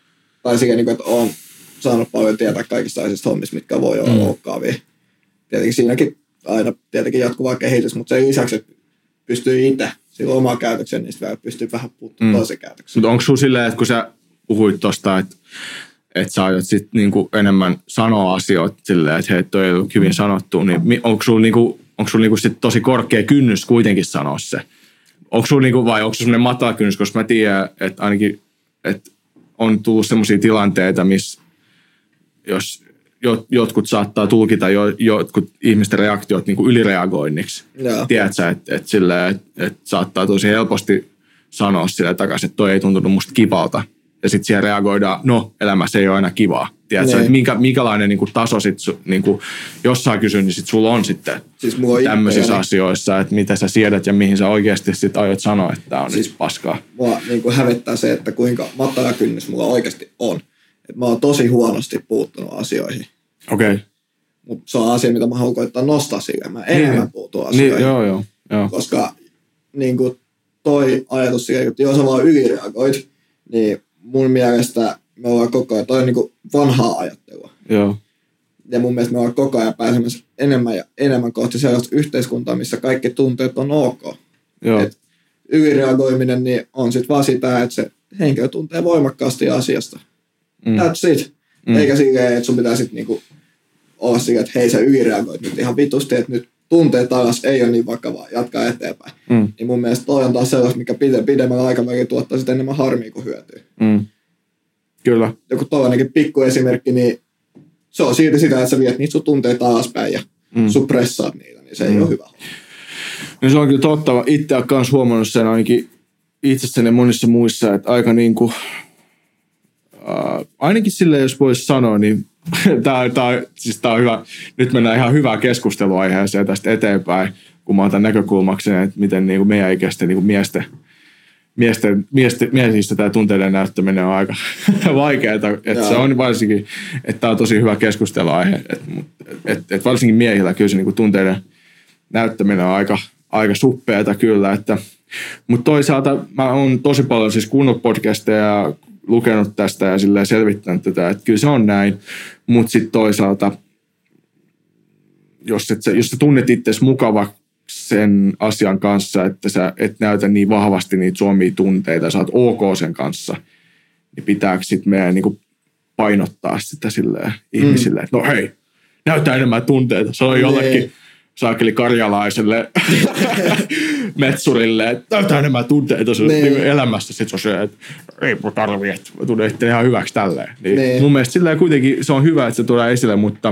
että on saanut paljon tietää kaikista asioista hommista, mitkä voi olla loukkaavia. Tietenkin siinäkin aina jatkuvaa kehitys, mutta sen lisäksi, että pystyy itse sillä omaa käytöksen, niin vielä pystyy vähän puuttumaan toisen käytöksen. Mutta onko sinulla silleen, että kun sä puhuit tuosta, että sä aiot sitten niinku enemmän sanoa asioita silleen, että hei, toi ei ollut hyvin sanottu, niin onko sulla sit tosi korkea kynnys kuitenkin sanoa se? Onko sulla vai onko se semmoinen matala kynnys, koska mä tiedän, että ainakin että on tullut semmoisia tilanteita, missä jos jotkut saattaa tulkita jotkut ihmisten reaktiot niin kuin ylireagoinniksi. Tiedätkö, että saattaa tosi helposti sanoa sille takaisin, että toi ei tuntunut musta kivalta. Ja sitten siihen reagoidaan, no elämässä ei ole aina kivaa. Tiedätkö, että minkälainen niin kuin taso sitten, niin kuin, jos saa kysyä, niin sitten sulla on sitten siis tämmöisissä asioissa, että mitä sä siedät ja mihin sä oikeasti sitten aiot sanoa, että tämä on siis paskaa. Mua niin kuin hävettää se, että kuinka matala kynnys mulla oikeasti on. Että mä oon tosi huonosti puuttunut asioihin. Okei. Mutta se on asia, mitä mä haluan koittaa nostaa sille. Mä enemmän puutun asioihin. Joo. Koska niin kuin toi ajatus siihen, että jos sä vaan ylireagoit, niin mun mielestä me ollaan koko ajan, toi on niin kuin vanhaa ajattelua. Joo. Ja mun mielestä me ollaan koko ajan pääsemässä enemmän ja enemmän kohti sellaista yhteiskuntaa, missä kaikki tunteet on ok. Et ylireagoiminen niin on sitten vaan sitä, että se henkilö tuntee voimakkaasti asiasta. That's it. Eikä silleen, että sun pitää sitten niinku olla silleen, että hei sä ylireagoit nyt ihan vitusti, että nyt tunteet alas ei ole niin vakavaa, jatkaa eteenpäin. Niin mun mielestä toi on taas sellaista, mikä pidemmällä aikavälillä tuottaa sitten enemmän harmia kuin hyötyä. Kyllä. Joku toinenkin pikku esimerkki, niin se on siitä sitä, että sä viet niitä sun tunteita alaspäin ja sun pressaat niitä, niin se ei ole hyvä. No se on kyllä totta. Itse olen myös huomannut sen ainakin itsessäni monissa muissa, että aika niinku ainakin silleen, jos voisi sanoa, niin tämä on hyvä. Nyt mennään ihan hyvää keskusteluaiheeseen tästä eteenpäin, kun mä otan näkökulmaksi, että miten niin kuin meidän ikäisten niin kuin miehistä tämä tunteiden näyttäminen on aika vaikeaa. Se on varsinkin, että tämä on tosi hyvä keskusteluaihe. Että varsinkin miehillä kyllä se niin kuin tunteiden näyttäminen on aika suppeata kyllä. Mutta toisaalta mä oon tosi paljon siis kuunnellut podcasteja ja lukenut tästä ja silleen selvittänyt tätä, että kyllä se on näin. Mutta sitten toisaalta, jos sä tunnet itsesi mukava sen asian kanssa, että sä et näytä niin vahvasti niitä suomia tunteita, sä oot ok sen kanssa, niin pitääkö sitten meidän niinku painottaa sitä silleen ihmisille, että no hei, näytä enemmän tunteita. Se on jollekin saakeli karjalaiselle metsurille, että näytä enemmän tunteita niin elämässä. Sitten se on se, että ei mun tarvii, että mä tunnen itse ihan hyväksi tälleen. Niin mun mielestä silleen kuitenkin se on hyvä, että se tulee esille, mutta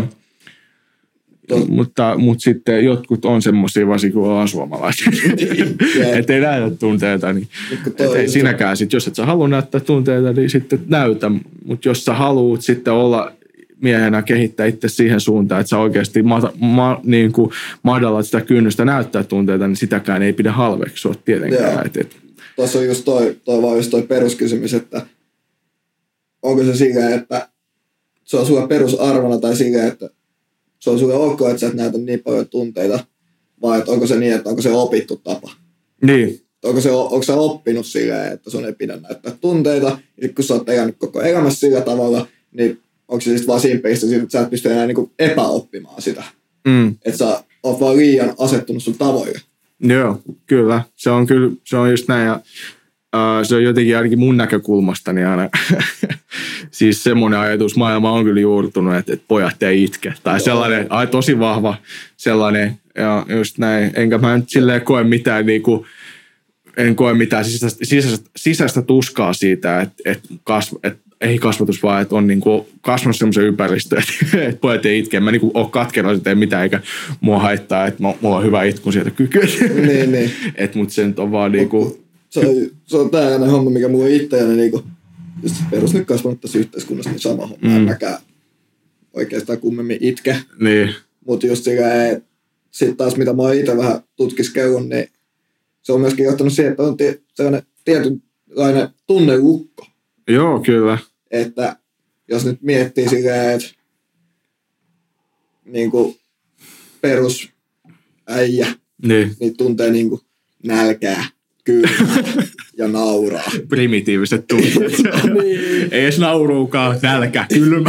sitten jotkut on semmoisia, varsinkin kun ollaan suomalaisia, ettei näytä tunteita. Niin, ettei sinäkään, sit, jos et sä halua näyttää tunteita, niin sitten näytä. Mutta jos sä haluat sitten olla miehenä kehittää itse siihen suuntaan, että sä oikeasti niin kuin madallat sitä kynnystä näyttää tunteita, niin sitäkään ei pidä halveksua tietenkään. Tuossa on just toi peruskysymys, että onko se sillä, että se on sulla perusarvona tai sillä, että se on sulle ok, että sä et näytä niin paljon tunteita, vai että onko se niin, että onko se opittu tapa? Niin. Onko sä oppinut sillä, että sun ei pidä näyttää tunteita, ja kun sä oot elänyt koko elämässä sillä tavalla, niin onko se sitten vaan simpelistä, että sä et pysty enää niinku epäoppimaan sitä. Että sä oot vaan liian asettunut sun tavoille. Joo, kyllä. Se on just näin, ja se on jotenkin ainakin mun näkökulmasta niin aina siis semmoinen ajatusmaailma on kyllä juurtunut, että pojat ei itke. Tai sellainen, tosi vahva sellainen, ja just näin. Enkä mä nyt silleen koe mitään niinku, en koe mitään sisäistä tuskaa siitä, että ei kasvatus vaan, että on niinku kasvanut semmoisen ympäristön, että pojat ei itke. Mä niinku ole katkenut, että ei mitään, eikä mua haittaa, että mulla on hyvä itkun sieltä kykyä. Niin. Että mut se nyt on vaan niinku se on tällainen homma, mikä mulla on itseäni niinku, just perus nyt kasvanut tässä yhteiskunnassa, niin sama homma. En mäkään oikeastaan kummemmin itke. Niin. Mutta just silleen, sitten taas mitä mä oon itse vähän tutkiskellut, niin se on myöskin johtanut siihen, että on sellainen tietynlainen tunneukko. Joo, kyllä. Että jos nyt miettii silleen, että niinku perusäijä, niin tuntee niinku nälkää, kylmää ja nauraa. Primitiiviset tunteet. Niin. Ei edes nauruukaan, nälkä, kylmä,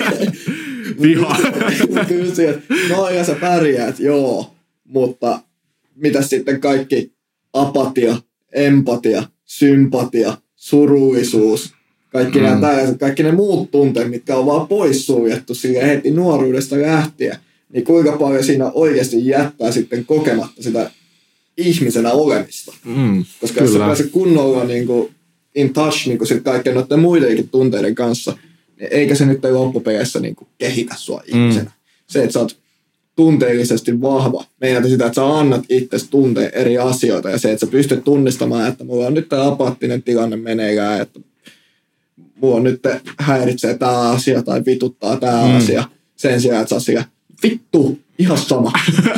viha. Kyllä se, että no ja sä pärjäät, joo, mutta mitä sitten kaikki apatia, empatia, sympatia, surullisuus, kaikki ne muut tunteet, mitkä on vaan poissuljettu siihen heti nuoruudesta lähtien, niin kuinka paljon siinä oikeasti jättää sitten kokematta sitä ihmisenä olemista. Koska jos sä pääset kunnolla niin kuin in touch niin kuin sit kaikkien noiden muidenkin tunteiden kanssa, niin eikä se nyt loppupeleissä niin kuin kehitä sua ihmisenä. Se, että sä oot tunteellisesti vahva, meinaat sitä, että sä annat itsesi tuntea eri asioita, ja se, että sä pystyt tunnistamaan, että mulla on nyt tämä apaattinen tilanne meneillään, että mulla nyt häiritsee tämä asia tai vituttaa tämä asia, sen sijaan, että sä oot siellä, vittu, ihan sama.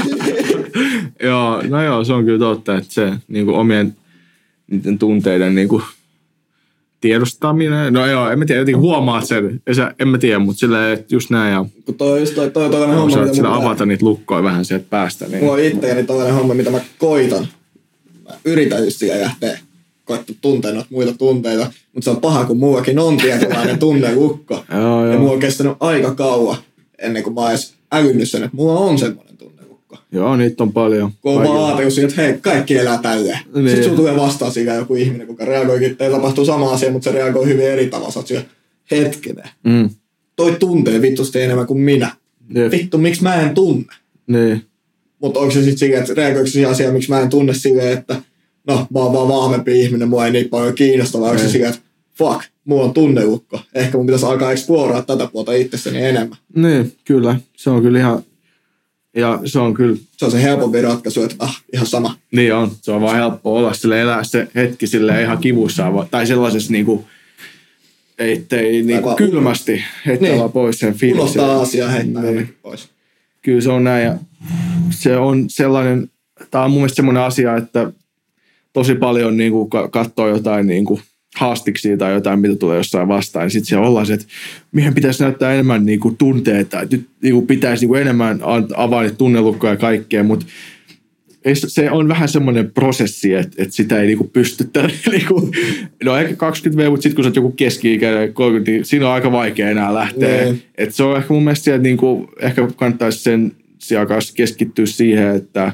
Joo, se on kyllä totta, että se niin kuin omien niiden tunteiden niin kuin tiedostaminen, no joo, en mä tiedä, jotenkin huomaat sen, en mä tiedä, mutta silleen, että just näin, ja toi toinen homma, mitä sillä avata niitä lukkoja vähän sieltä päästä. Niin. Mulla on itseäni toinen homma, mitä mä koitan. Mä yritän just siellä lähteä koittaa tuntea noita muita tunteita, mutta se on paha, kun mullakin on tietynlainen tunnelukko. Ja mulla on kestänyt aika kauan, ennen kuin mä oon edes älynnyt sen, että mulla on semmoinen tunnelukko. Joo, niitä on paljon. Kun on vaan ajatellut siihen, että hei, kaikki elää tälleen. Niin. Sitten sulla tulee vastaan siinä joku ihminen, joka reagoikin, teillä tapahtuu sama asia, mutta se reagoi hyvin eri tavalla. Sä oot siellä, hetkinen. Toi tuntee vittusti enemmän kuin minä. Jep. Vittu, miksi mä en tunne? Niin. Mutta onko se sitten silleen, että reagoiko se siihen asiaan, miksi mä en tunne silleen, että no, mä oon vaan vahvempi ihminen, mua ei niin paljon kiinnostavaa. Onko se silleen, että fuck, mulla on tunneukko. Ehkä mun pitäisi alkaa exploraa tätä puolta itsessäni enemmän. Niin, kyllä. Se on kyllä ihan... Ja se on kyllä... Se on se helpompi ratkaisu, että ihan sama. Niin on. Se on vaan helppo olla sille, elää se hetki sille ihan kivussaan. Tai sellaisessa niinku... Ettei niinku kylmästi heittää vaan pois sen fiiliksen. Unohtaa asiaa, heittää pois. Kyllä se on näin. Ja se on sellainen... Tämä on mun mielestä semmoinen asia, että tosi paljon niin kuin katsoo jotain niin kuin haastiksia tai jotain, mitä tulee jossain vastaan, niin sitten siellä ollaan se, että mihin pitäisi näyttää enemmän niin kuin tunteita, että nyt niin kuin pitäisi niin kuin enemmän avaa tunnelukkoja ja kaikkea, mutta se on vähän semmoinen prosessi, että sitä ei niinku pysty niinku, no ehkä 20V, mutta sitten kun sä oot joku keski-ikäinen 30, niin siinä on aika vaikea enää lähteä. Et se on ehkä mun mielestä sieltä niinku, ehkä kannattaisi sen sijaan keskittyä siihen, että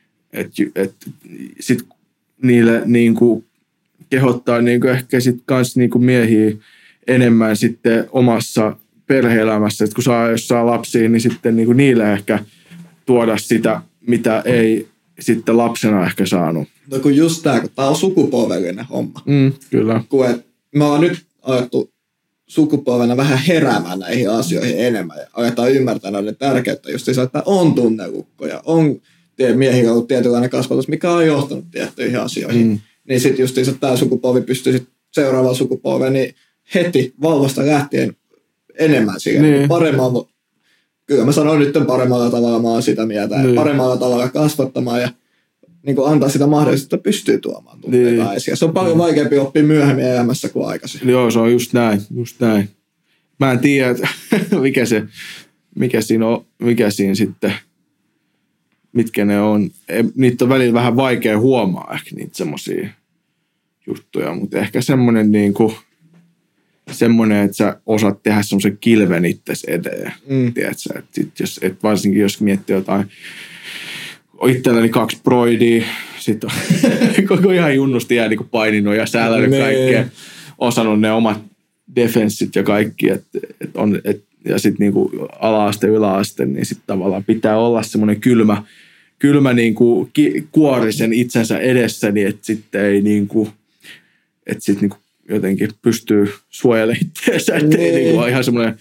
sit niille niinku kehottaa niinku ehkä sit kans niinku miehiä enemmän sitten omassa perhe-elämässä, että kun jos saa lapsia, niin sitten niinku niille ehkä tuoda sitä, mitä ei sitten lapsena ehkä saanut. No kun just tää, kun tää on sukupolvellinen homma. Kyllä. Me on nyt alettu sukupolvena vähän heräämään näihin asioihin enemmän ja aletaan ymmärtää näiden tärkeyttä just se, että on tunnelukkoja, on miehillä ollut tietynlainen kasvatus, mikä on johtanut tiettyihin asioihin. Niin sitten just se, että tämä sukupolvi pystyy sitten seuraavaan sukupolveen niin heti vauvasta lähtien enemmän siihen niin. Paremman. Kyllä mä sanon nyt paremmalla tavalla, mä oon sitä mieltä, ja paremmalla tavalla kasvattamaan ja niin kuin antaa sitä mahdollisuutta, että pystyy tuomaan tunteita esiin. Se on paljon vaikeampi oppia myöhemmin elämässä kuin aikaisin. Joo, se on just näin. Mä en tiedä, mikä siinä sitten, mitkä ne on. Niitä on välillä vähän vaikea huomaa ehkä niitä semmosia juttuja, mutta ehkä semmoinen niinku, semmoinen, että sä osaat tehdä semmoisen kilven itsesi eteen. Tiedätkö? Et varsinkin jos miettii jotain, itselläni 2 broidia, sitten koko ihan junnusti jää niinku paininut ja säälännyt kaikkea, osannut ne omat defenssit ja kaikki, ja sitten niinku ala-aste, yläaste, niin sitten tavallaan pitää olla semmoinen kylmä niinku kuorisen itsensä edessä, niin että sitten ei niinku, että sitten niinku jotenkin pystyy suojelemaan itseänsä, ettei niinku ole ihan semmoinen,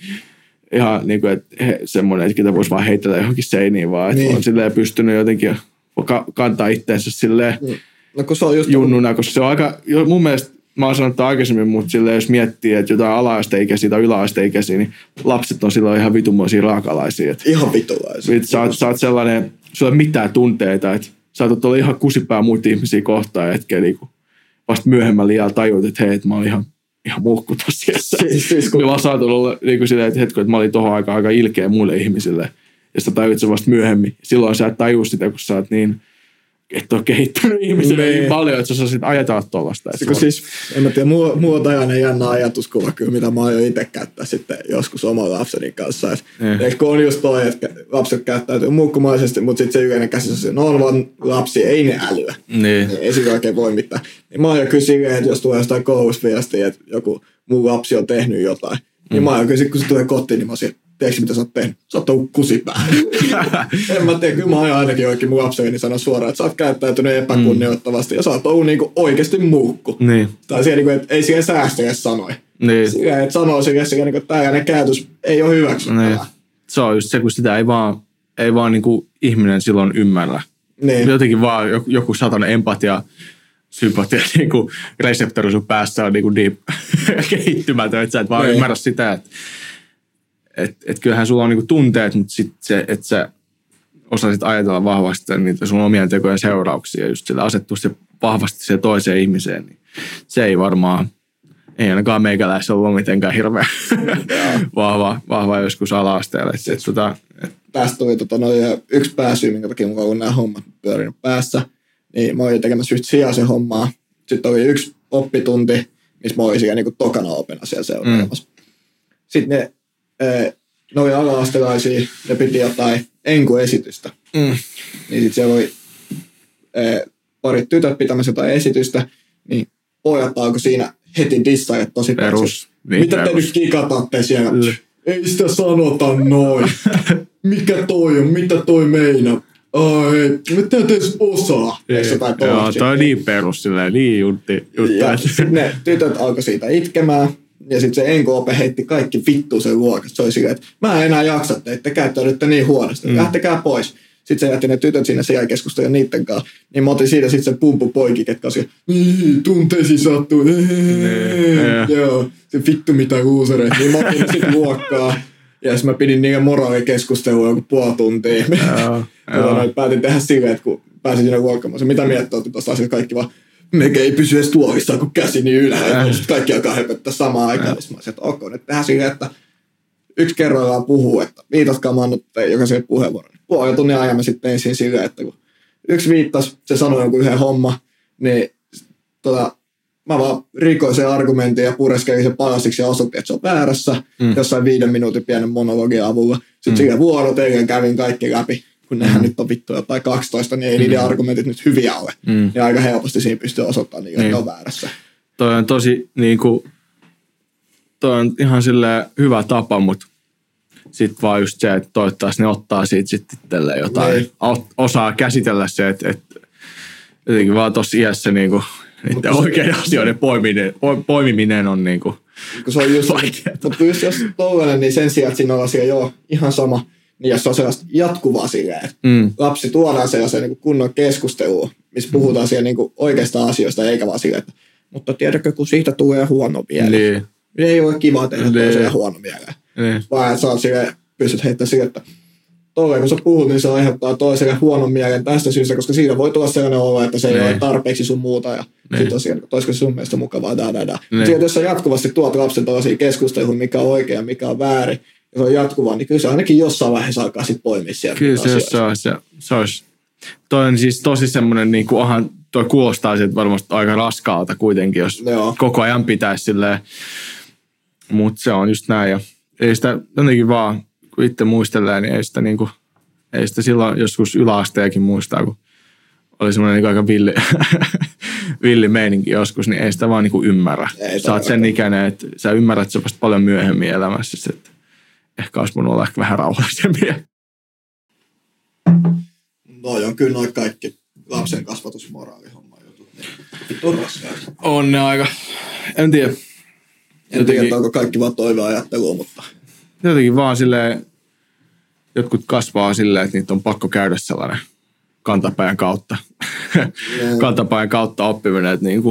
että semmoinen, että voisi vaan heitellä johonkin seiniin, vaan että on silleen pystynyt jotenkin kantaa itseänsä silleen junnuna, koska se on aika, mun mielestä, mä oon sanonut aikaisemmin, mutta silleen jos miettii, että jotain ala-asteikäisiä tai yläasteikäisiä, niin lapset on silloin ihan vitumoisia raakalaisia. Ihan vitulaisia. Sä oot sellainen, sulla ei ole mitään tunteita, että sä oot olla ihan kusipää muita ihmisiä kohtaan, etkä niinku vasta myöhemmällä iällä tajuut, että hei, että mä oon ihan muhku tosiassa. Mä vaan saatoin olla niin kuin silleen, että mä olin tohon aikaan aika ilkeä muille ihmisille. Ja sitä tajuit sen vasta myöhemmin. Silloin sä et tajua sitä, kun sä oot niin, et ole kehittynyt ihmisille niin paljon, että sä saisit ajatella tollaista. Siis, en mä tiedä, mulla on tällainen jännä ajatuskuva kyllä, mitä mä aion itse käyttää sitten joskus oman lapseni kanssa. Ehkä on just toi, että lapset käyttäytyy muukkumaisesti, mutta sitten se yleinen käsitys on, että no on vaan lapsi, ei ne älyä. Niin. Ei sillä oikein voi mitään. Niin mä aion kyllä silleen, että jos tulee jostain koulusta viestiä, että joku muu lapsi on tehnyt jotain, niin mä aion kyllä, kun se tulee kotiin, niin mä olisin, tiedätkö mitä sä oot tehnyt? Sä oot ollut kusipää. En mä tiedä, kyllä mä aion ainakin oikein mun lapseni sanoa suoraan, että sä oot käyttäytynyt epäkunnioittavasti ja sä oot ollut niinku oikeasti muukku. Niin. Tai siellä niinku, että ei siihen säästäjä sanoi. Niin. Siihen, että sanoo siihen, että tällainen käytös ei ole hyväksyttävää. Niin. Se on just se, kun sitä ei vaan niinku ihminen silloin ymmärrä. Niin. Jotenkin vaan joku satainen empatia, sympatia, niinku reseptori sun päässä on niinku niin kehittymätön, että sä et vaan ymmärrä sitä, että kyllähän sulla on niinku tunteet, mutta sitten se, että sä osasit ajatella vahvasti niitä sun omien tekojen seurauksia, just sillä asettua se vahvasti siihen toiseen ihmiseen, niin se ei varmaan, ei ainakaan meikäläisessä ollut mitenkään hirveän vahva joskus ala-asteella. Tästä tuli yksi pääsyy, minkä takia mulla on ollut nämä hommat pyörinyt päässä, niin mä olin tekemässä yhtä sijaisen hommaa. Sitten oli yksi oppitunti, missä mä olin siellä niin kuin tokana opena siellä seuraamassa. Sitten ne oli ala-astelaisia, ne piti jotain enkuesitystä. Niin sitten siellä oli parit tytöt pitämässä jotain esitystä, niin pojat alkoi siinä heti dissaaja tosi perus. Mitä te nyt kikatatte siellä? Ei sitä sanota noin. Mikä toi on? Mitä toi meinaa? Ai, mitä te edes osaa? Joo, toi on niin perus, silleen, niin juntti. Ja sitten ne tytöt alkoi siitä itkemään. Ja sitten se enko-ope heitti kaikki vittuun sen luokasta. Se oli silleen, että mä en enää jaksa teitä, käyttäydytte niin huonosti. Lähtekää pois. Sitten se jätti ne tytöt sinne, se jäi keskustella niiden kanssa. Niin mä otin siitä sitten se pumpupoiki, ketkä oli tunteisiin sattuu. Joo, se vittu mitä luusereita. Niin mä otin ne sitten luokkaa. Ja sitten mä pidin niiden moraalikeskustelua joku puoli tuntia. Päätin tehdä silleen, että kun pääsin sinne luokkaan, mitä mieltä otti tuosta asiasta kaikki vaan, meikä ei pysy edes tuolissaan, kun käsi niin ylhäällä. Sitten kaikki alkaa höpöttää samaan aikaan. Sitten mä olisin, että ok, nyt tehdään siihen, että yksi kerrallaan puhuu, että viitatkaa, mä annan jokaiselle puheenvuoron. Puolen tunnin ajan mä sitten tein siinä silleen, että kun yksi viittas, se sanoi jonkun yhden homma, niin mä vaan rikoin sen argumentin ja pureskelin sen palasiksi ja osoitin, että se on väärässä jossain 5 minuutin pienen monologian avulla. Sitten sillä vuorotellen kävin kaikki läpi, kun nehän nyt on vittu jotain 12, niin ei niiden argumentit nyt hyviä ole. Ja aika helposti siinä pystyy osoittamaan niitä, että on väärässä. Toi on tosi niinku, toi on ihan silleen hyvä tapa, mutta sitten vaan just se, että toivottavasti ne ottaa siitä sitten itselleen jotain. Osaa käsitellä se, että jotenkin vaan tuossa iässä niinku niiden oikeiden asioiden poimiminen on niinku se on just vaikeaa. Mutta just jos tollainen, niin sen sijaan, että siinä on asia ihan sama, niin jos se on sellaista jatkuvaa silleen, että lapsi tuodaan sellaiseen niin kunnon keskusteluun, missä puhutaan siellä niin oikeista asioista, eikä vaan silleen, että mutta tiedätkö, kun siitä tulee huono mieli. Niin. Ei ole kiva tehdä toiseen huono mieleen. Niin. Vaan että sä oot silleen, pystyt heittämään silleen, että tolleen kun sä puhut, niin se aiheuttaa toiselle huonon mielen tästä syystä, koska siinä voi tulla sellainen olo, että se ei ole tarpeeksi sun muuta ja sitten tosiaan, olisiko se sun mielestä mukavaa, Mutta jos sä jatkuvasti tuot lapsen tällaisia keskusteluun, mikä on oikein ja mikä on väärin, ja se on jatkuvaa, niin kyllä se ainakin jossain vaiheessa alkaa sitten poimia sieltä. Kyllä se olisi. Toi on siis tosi semmoinen, niin kuin, toi kuulostaa sitten varmasti aika raskaalta kuitenkin, jos koko ajan pitäisi silleen, mutta se on just näin ja ei sitä jotenkin vaan, kun itse muistelee, niin ei sitä silloin joskus yläasteekin muistaa, kun oli semmoinen niin aika villi meininki joskus, niin ei sitä vaan niin ymmärrä. Sä oot sen ikäinen, että sä ymmärrät se vasta paljon myöhemmin elämässä, että ehkä olisi voinut olla ehkä vähän rauhallisempia. Noi on kyllä noi kaikki lapsen kasvatusmoraalihomma jutut. Niin on ne aika, en tiedä. En tiedä, onko kaikki vaan toiveajattelua, mutta jotenkin vaan silleen, jotkut kasvaa silleen, että niitä on pakko käydä sellainen kantapään kautta oppiminen, että niinku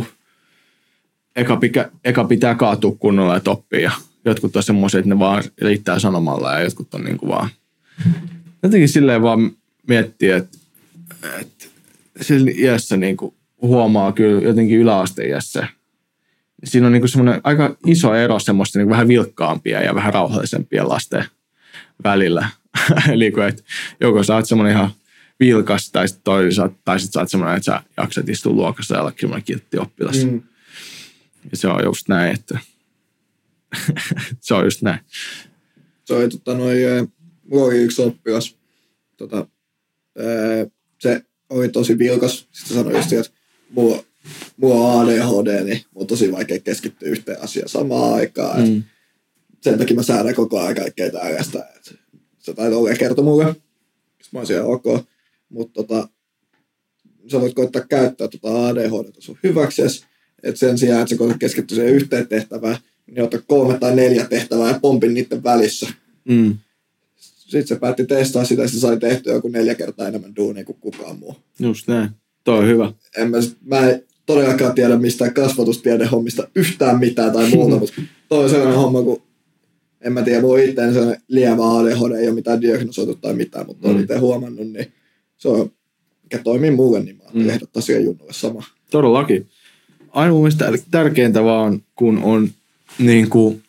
eka pitää kaatua kunnolla, että oppii. Ja jotkut on semmoisia, että ne vaan riittää sanomalla ja jotkut on niinku vaan jotenkin silleen vaan miettii, että sillä iässä niinku huomaa kyllä jotenkin yläasteiässä. Siinä on niinku semmoinen aika iso ero semmoista niinku vähän vilkkaampia ja vähän rauhallisempia lasten välillä. Eli että joko sä oot semmoinen ihan vilkas tai sitten sä oot semmoinen, että sä jaksat istua luokassa ja olla semmoinen kiltti oppilas. Ja se on just näin, että se on just näin. Se oli mulla oli yksi oppilas, se oli tosi vilkas. Sitten sanoi just, että mulla on ADHD, niin mulla on tosi vaikea keskittyä yhteen asiaan samaan aikaan. Sen takia mä säädän koko ajan kaikkea tällaista. Se taitaa olla kertoa mulle. Sitten mä oon siellä ok. Mutta sä voit koittaa käyttää ADHD sun hyväksesi. Että sen sijaan, että sä koetat keskittyä siihen yhteen tehtävään, niin ottaa 3 tai 4 tehtävää ja pompin niiden välissä. Sitten se päätti testaa sitä ja se sai tehtyä joku 4 kertaa enemmän duunia kuin kukaan muu. Just näin. Toi on hyvä. Mä en todellakaan tiedä mistään kasvatustiedehommista yhtään mitään tai muuta, mutta toi on sellainen homma, kun en mä tiedä, voi itse sellainen lievä ADHD, ei ole mitään diagnosoitu tai mitään, mutta olen itse huomannut, niin se on, mikä toimii mulle, niin mä oon ehdottaa siihen junnulle sama. Todellakin. Aina mun mielestä tärkeintä vaan, kun on niin kuin,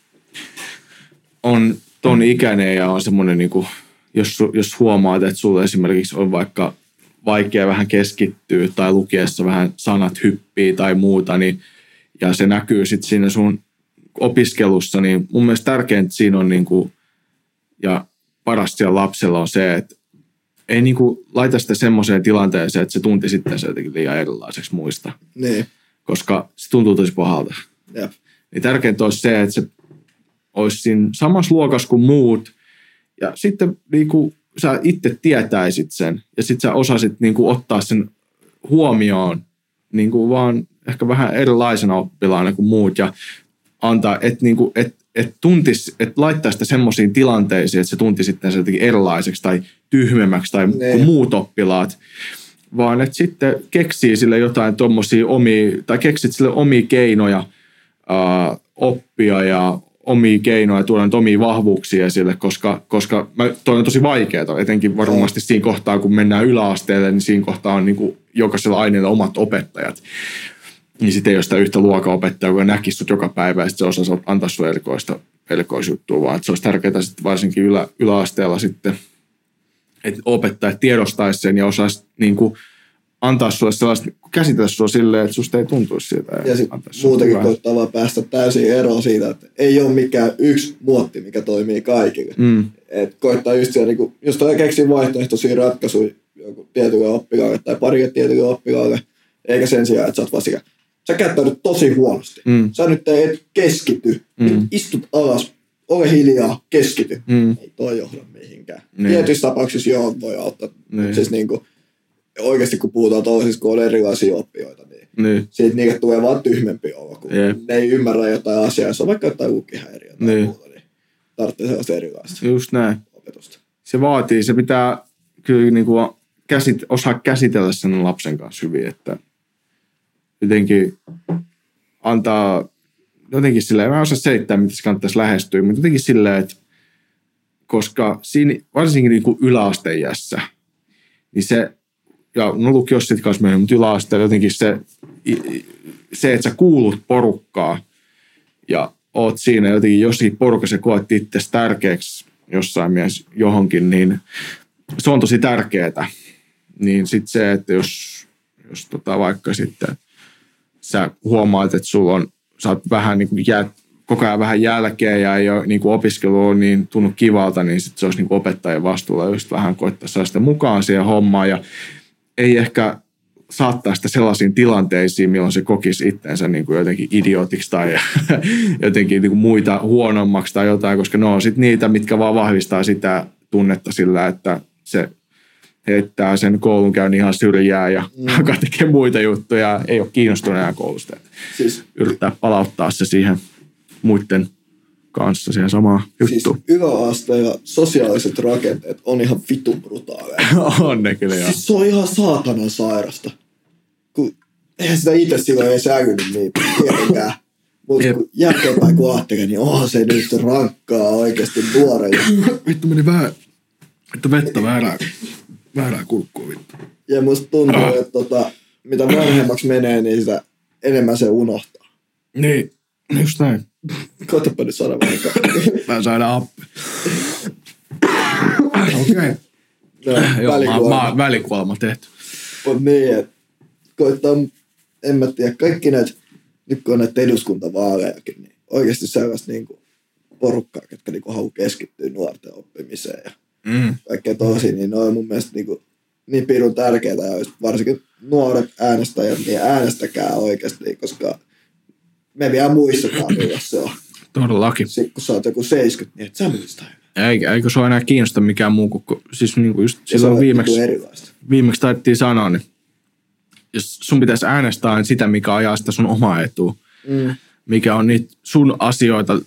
on ton ikäinen ja on semmoinen, niin kuin, jos huomaat, että sulla esimerkiksi on vaikka vaikea vähän keskittyä tai lukiessa vähän sanat hyppii tai muuta, niin, ja se näkyy sitten siinä sun opiskelussa, niin mun mielestä tärkeintä siinä on, niin kuin, ja parasta siellä lapsella on se, että ei niin kuin laita sitä semmoiseen tilanteeseen, että se tunti sitten se jotenkin liian erilaiseksi muista. Niin. Koska se tuntuu tosi pahalta. Jep. Niin tärkeintä olisi se, että se olisi siinä samassa luokassa kuin muut, ja sitten niin kuin sä itse tietäisit sen, ja sitten sä osasit niin kuin ottaa sen huomioon niin kuin vaan ehkä vähän erilaisena oppilaana kuin muut, ja antaa, että niinku, tuntis, että laittaa sitä semmoisiin tilanteisiin, että se tunti sitten se jotenkin erilaiseksi tai tyhmemmäksi tai kuin muut oppilaat, vaan että sitten keksii sille jotain tommosia omia, tai keksit sille omia keinoja oppia ja omia keinoja tuoda omia vahvuuksia esille, koska toi on tosi vaikeaa, etenkin varmasti siinä kohtaa, kun mennään yläasteelle, niin siinä kohtaa on niin kuin jokaisella aineella omat opettajat. niin sitten ei ole sitä yhtä luokanopettajaa, joka näkisi sut joka päivä ja sitten se osaa antaa sun erikoisjuttua, vaan että se olisi tärkeää sitten varsinkin yläasteella sitten, että opettajat tiedostaisi sen ja osaisi niin kuin antaa sulle sellaista, käsitellä sua silleen, että susta ei tuntuisi siltä. Ja sitten muutenkin koittaa vaan päästä täysin eroon siitä, että ei ole mikään yksi muotti, mikä toimii kaikille. Et koittaa just siellä, niin jos toi keksii vaihtoehtoisia ratkaisuja joku tietylle oppilaalle tai parille tietylle oppilaalle, eikä sen sijaan, että sä oot vaan siellä. Sä käyttäydyt tosi huonosti. Sä nyt et keskity. Nyt istut alas, ole hiljaa, keskity. Ei toi johda mihinkään. Tietyissä tapauksissa joo voi auttaa. Siis niinku, oikeasti kun puhutaan toisissa, kun on erilaisia oppijoita, niin siitä niille tulee vaan tyhmempi olo, kun ne ei ymmärrä jotain asiaa. Se on vaikka jotain lukihäiriötä tai muuta, niin tarvitsee sellaista erilaista just näin. opetusta. Se vaatii, se pitää kyllä niinku osaa käsitellä sen lapsen kanssa hyvin, että jotenkin antaa jotenkin silleen, mä en osaa selittää, miten se kannattaisi lähestyä, mutta jotenkin silleen, että koska siinä, varsinkin niin kuin yläasteiässä, niin se, ja no lukiossa sitten kanssa myöhemmin, mutta yläasteella jotenkin se, että sä kuulut porukkaa ja oot siinä jotenkin, jos siinä porukassa koet itsesi tärkeäksi jossain mielessä johonkin, niin se on tosi tärkeää. Niin sitten se, että jos vaikka sitten sä huomaat, että sä oot vähän niin kuin koko ajan vähän jälkeen ja ei ole niin kuin opiskelu on niin tunnu kivalta, niin sitten se olisi niin kuin opettajan vastuulla just vähän koittaa saada sitä mukaan siihen hommaan ja ei ehkä saattaa sitä sellaisiin tilanteisiin, milloin se kokisi itsensä niin kuin jotenkin idiotiksi tai jotenkin niin kuin muita huonommaksi tai jotain, koska ne on sitten niitä, mitkä vaan vahvistaa sitä tunnetta sillä, että se heittää sen koulunkäynnin ihan syrjään ja alkaa tekemään muita juttuja. Ei ole kiinnostunut enää koulusta. Siis yrittää palauttaa se siihen muiden kanssa siihen samaan juttuun. Siis yläasteella sosiaaliset rakenteet on ihan vitun brutaaleja. On ne kyllä, joo. Siis se on ihan saatanan sairasta. Eihän sitä itse silloin ei säilynyt niin tietenkään. Mutta jälkeenpäin kun ajattelee, niin onhan se nyt rankkaa oikeasti nuorelle. Vittu meni vähän, vettä väärää kurkkua vittu. Ja musta tuntuu, että mitä vanhemmaksi menee, niin sitä enemmän se unohtaa. Niin, just näin. Koitapa nyt saada vaikka. Mä saadaan appi. Okei. Joo, välikuolema tehty. Mutta niin, että koittaa, en mä tiedä, kaikki näitä, nyt kun on näitä eduskuntavaalejakin, niin oikeasti sellaista niinku porukkaa, ketkä niinku haluaa keskittyä nuorten oppimiseen ja kaikkea tosi, niin ne on mun mielestä niinku niin pirun tärkeää, ja varsinkin nuoret äänestäjät, niin äänestäkää oikeasti, koska me vielä muistetaan, millä se on. Todellakin. Sitten kun sä oot joku 70, niin et sä muista. Eikö se ole enää kiinnosta mikään muu kuin, siis niinku just silloin viimeksi taidettiin sanoa, niin jos sun pitäisi äänestää sitä, mikä ajaa sitä sun omaa etua, mikä on niitä sun asioita,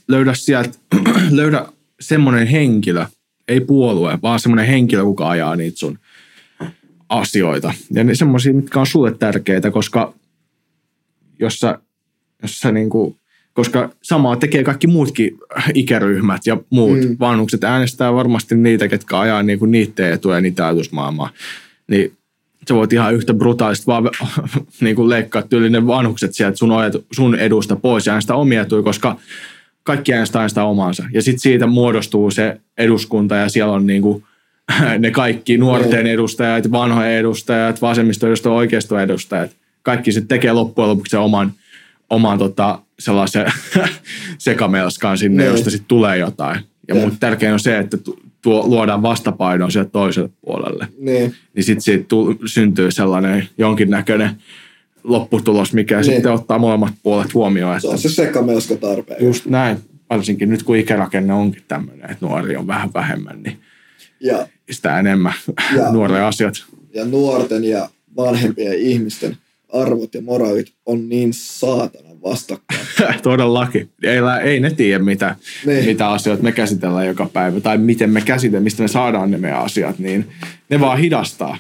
löydä semmoinen henkilö, ei puolue, vaan semmoinen henkilö, kuka ajaa niitä sun asioita. Ja ne semmoisia, mitkä on sulle tärkeitä, koska jos sä niinku, koska samaa tekee kaikki muutkin ikäryhmät ja muut vanhukset äänestää varmasti niitä, ketkä ajaa niinku niitä etuja ja niitä ajatusmaailmaa. Niin sä voit ihan yhtä brutaalisti vaan niinku leikkaa tyylinen vanhukset sieltä sun edusta pois ja äänestää omia etuja, koska kaikki äänestää omansa. Ja sitten siitä muodostuu se eduskunta ja siellä on niinku ne kaikki nuorten edustajat, vanhojen edustajat, vasemmistoedustajat, oikeistoedustajat. Kaikki sitten tekee loppujen lopuksi oman sellaisen sekamelskaan sinne, josta sitten tulee jotain. Ja mun tärkein on se, että luodaan vastapainoa sieltä toiselle puolelle. Niin sitten siitä syntyy sellainen jonkinnäköinen lopputulos, mikä sitten ottaa molemmat puolet huomioon. Se on se sekamelska tarpeen. Just näin. Varsinkin nyt, kun ikärakenne onkin tämmöinen, että nuori on vähän vähemmän, niin sitä enemmän nuorille asiat. Ja nuorten ja vanhempien ihmisten arvot ja moraalit on niin saatanan vastakkain. Todellakin. Ei ne tiedä, mitä asioita me käsitellään joka päivä, tai miten me käsitellään, mistä me saadaan ne meidän asiat, niin ne vaan hidastaa.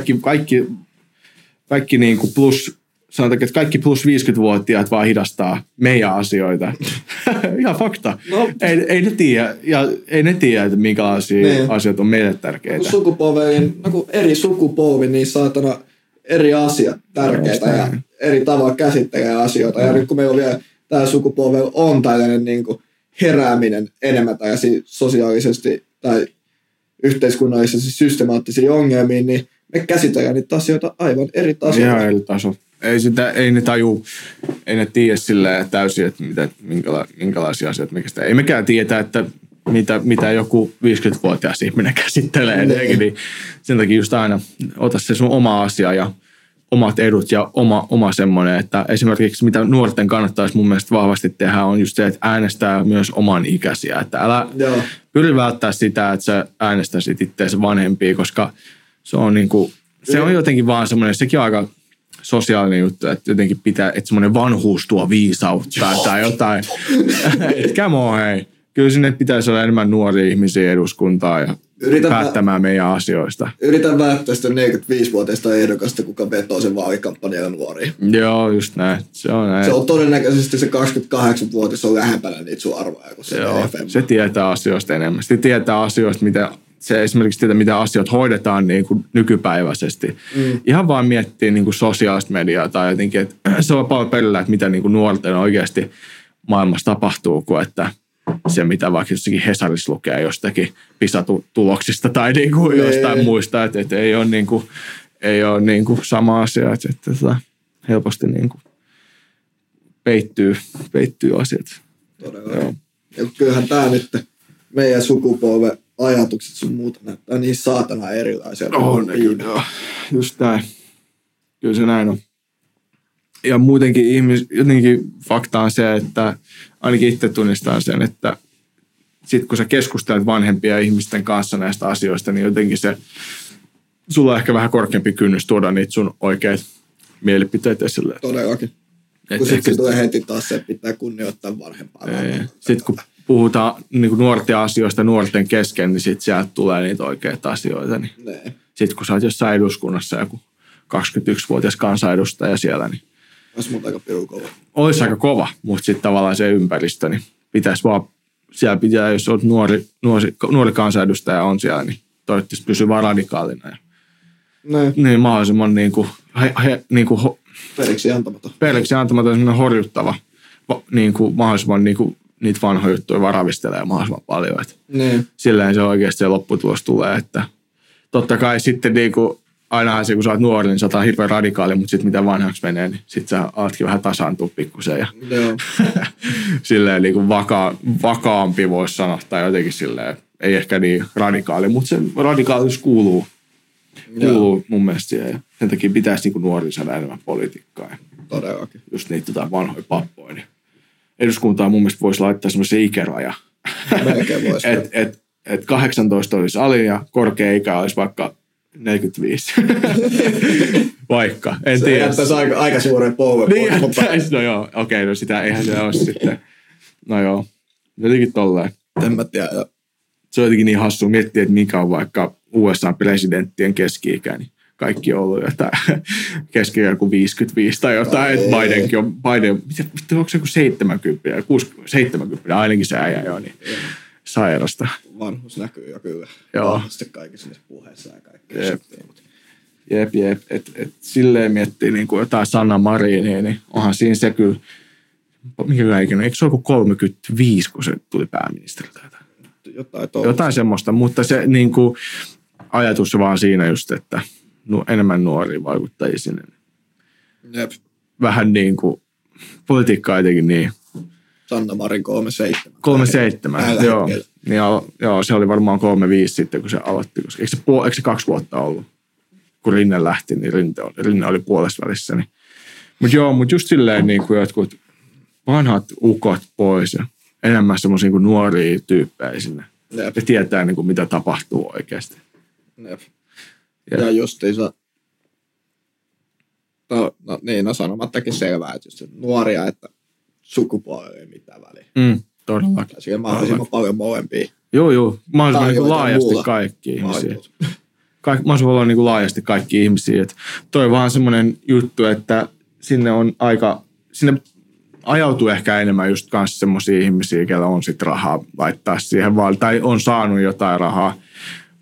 Kaikki niin kuin sanotaanko, että kaikki plus 50-vuotiaat vaan hidastaa meidän asioita. Ihan fakta. No. Ei ne tiedä, että minkälaisia asioita on meille tärkeitä. Eri sukupolvi, niin saatana eri asiat tärkeitä. Ja eri tavoin käsittelee asioita. Ja nyt kun meillä vielä tämä sukupolvella on tällainen niin kuin herääminen enemmän tai sosiaalisesti tai yhteiskunnallisesti systemaattisia ongelmia, niin me käsitellään niitä asioita aivan eri tasolla. Ihan eri taso. Ei ne taju, ei ne tiedä silleen täysin, että minkälaisia asioita mikä sitä. Ei mekään tiedä, että mitä joku 50-vuotias ihminen käsittelee. Niin sen takia just aina ota se sun oma asia ja omat edut ja oma semmoinen, että esimerkiksi mitä nuorten kannattaisi mun mielestä vahvasti tehdä on just se, että äänestää myös oman ikäisiä. Että älä pyri välttää sitä, että sä äänestäisit itseäsi vanhempia, koska se on niinku, se on jotenkin vaan semmoinen, sekin on aika sosiaalinen juttu, että jotenkin pitää, että semmoinen vanhuus tuo viisautta tai jotain. Come on, hei. Kyllä sinne pitäisi olla enemmän nuoria ihmisiä eduskuntaa ja päättämään meidän asioista. Yritän välttää sitä 45-vuotiaista ehdokasta, kuka vetoo sen vaalikampanjalla nuoriin. Joo, just näin. Se on näin. Se on todennäköisesti se 28-vuotias on lähempänä niitä sun arvoja kuin se. Joo, se tietää asioista enemmän. Se tietää asioista, se esimerkiksi tietää, mitä asiat hoidetaan niin kuin nykypäiväisesti. Ihan vaan miettii niin kuin sosiaalista mediaa tai jotenkin, että se on paljon perillä, että mitä niin kuin nuorten oikeasti maailmassa tapahtuu, kuin että se, mitä vaikka jossakin Hesarissa lukee jostakin PISA-tuloksista tai niin kuin jostain muista, että ei ole niin kuin sama asia, että helposti niin kuin peittyy asiat. Todella. Joo. Ja kyllähän tämä nyt meidän sukupolven ajatukset sun muuta näyttää niin saatana erilaisia. Joo, just näin. Kyllä se näin on. Ja muutenkin jotenkin fakta on se, että ainakin itse tunnistan sen, että sit kun sä keskustelet vanhempia ihmisten kanssa näistä asioista, niin jotenkin sulla on ehkä vähän korkeampi kynnys tuoda niitä sun oikeat mielipiteet esille. Todellakin. Kun sitten tulee heti taas se, että pitää kunnioittaa vanhempaa. Sitten kun puhutaan niin nuorten asioista nuorten kesken, niin sitten sieltä tulee niitä oikeita asioita. Niin sitten kun sä oot jossain eduskunnassa joku 21-vuotias kansanedustaja siellä, niin olisi muuta aika pirun kova. Olisi aika kova, mutta sitten tavallaan se ympäristö, niin pitäisi vaan, siellä pitää, jos olet nuori kansanedustaja on siellä, niin toivottavasti pysyy vaan radikaalina. Ja niin mahdollisimman periksi antamaton semmoinen horjuttava, mahdollisimman niitä vanhoja juttuja varavistelee mahdollisimman paljon. Silleen se oikeasti se lopputulos tulee, että totta kai sitten ainahan se, kun sä oot nuori, niin sä oot hirveän radikaali, mutta sitten mitä vanhaksi menee, niin sitten sä alatkin vähän tasaantua pikkusen. Ja silleen niin kuin vakaampi voisi sanoa, tai jotenkin silleen, ei ehkä niin radikaali, mutta se radikaalisuus kuuluu mun mielestä siihen. Ja sen takia pitäisi niin kuin nuori saada enemmän politiikkaa. Todellakin. Just niitä vanhoja pappoja. Niin eduskuntaa mun mielestä voisi laittaa semmoisen ikäraja. Melkein voisi. Että 18 olisi alin ja korkea ikä olisi vaikka 45. Vaikka, en se tiedä. Se jättäisi aika suuren polven. Niin jättäisi, no joo, okei, no sitä eihän se ole sitten. No joo, jotenkin tolleen. En mä tiedä. Se on jotenkin niin hassua miettiä, että mikä on vaikka USA-presidenttien keski-ikä, niin kaikki on ollut jotain keski-ikä kuin 55 tai jotain, että Bidenkin on, onko se joku 70, 70, ainakin se äijä jo, niin sairasta. Vanhuus näkyy jo kyllä. Joo. Sitten kaikissa niissä puheissa ja kaikkea. Jep. Et silleen miettii niin kuin jotain Sanna Marinia, niin onhan siinä se kyllä, mikä ikinä, eikö se ollut 35, kun se tuli pääministeriltä? Jotain semmoista, mutta se niin kuin, ajatus vaan siinä just, että enemmän nuoria vaikuttajia sinne. Jep. Vähän niin kuin, politiikka jotenkin niin. Sanna Marin 37. 37, joo. Joo, se oli varmaan 35 sitten, kun se aloitti. Koska eikö se 2 vuotta ollut? Kun Rinne lähti, niin Rinne oli puolessa välissä. Niin. Mutta just silleen niin kuin jotkut vanhat ukot pois ja enemmän semmoisia niin nuoria tyyppejä sinne. Jep. Ja tietää, niin kuin, mitä tapahtuu oikeasti. Jep. Ja justiinsa, sanomattakin selvää, että just nuoria, että sukupuolella ei mitään väliä. Todellakin. Siihen mahdollisimman paljon molempia. Joo. Mahdollisimman niin laajasti kaikki ihmisiä. Mahdollisimman olla niin laajasti kaikki ihmisiä. Et toi on vaan semmoinen juttu, että sinne ajautuu ehkä enemmän just kanssa semmoisia ihmisiä, joilla on sit rahaa laittaa siihen tai on saanut jotain rahaa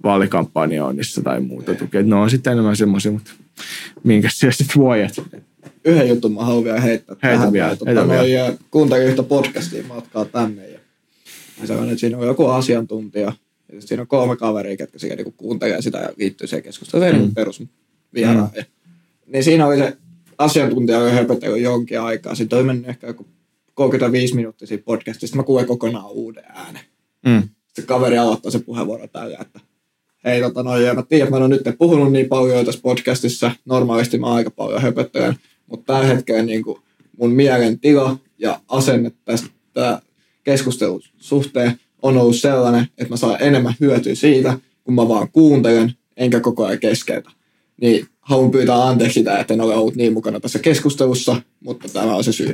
vaalikampanjoinnissa tai muuta tukea. Ne on sitten enemmän semmoisia, mutta minkä siellä sitten voi, että yhden jutun mä haluan vielä heittää tähän. Vielä. Kuuntelin yhtä podcastia matkaa tänne. Ja sanoin, että siinä on joku asiantuntija. Ja siinä on 3 kaveria, ketkä siellä niinku kuuntelee sitä ja liittyy siihen keskusteluun. Se ei perusvieraan. Niin siinä oli se asiantuntija, oli höpötellyt jonkin aikaa. Sitten oli mennyt ehkä joku 35 minuuttia siinä podcastista. Mä kuulen kokonaan uuden äänen. Sitten kaveri aloittaa se puheenvuoro tällä, että hei, mä tiedän, että mä en ole nyt puhunut niin paljon tässä podcastissa. Normaalisti mä aika paljon höpöttelen, mutta tällä hetkellä niin kuin mun mielentila ja asenne tästä keskustelun suhteen on ollut sellainen, että mä saan enemmän hyötyä siitä, kun mä vaan kuuntelen, enkä koko ajan keskeytä. Niin haluan pyytää anteeksi sitä, että en ole ollut niin mukana tässä keskustelussa, mutta tämä on se syy.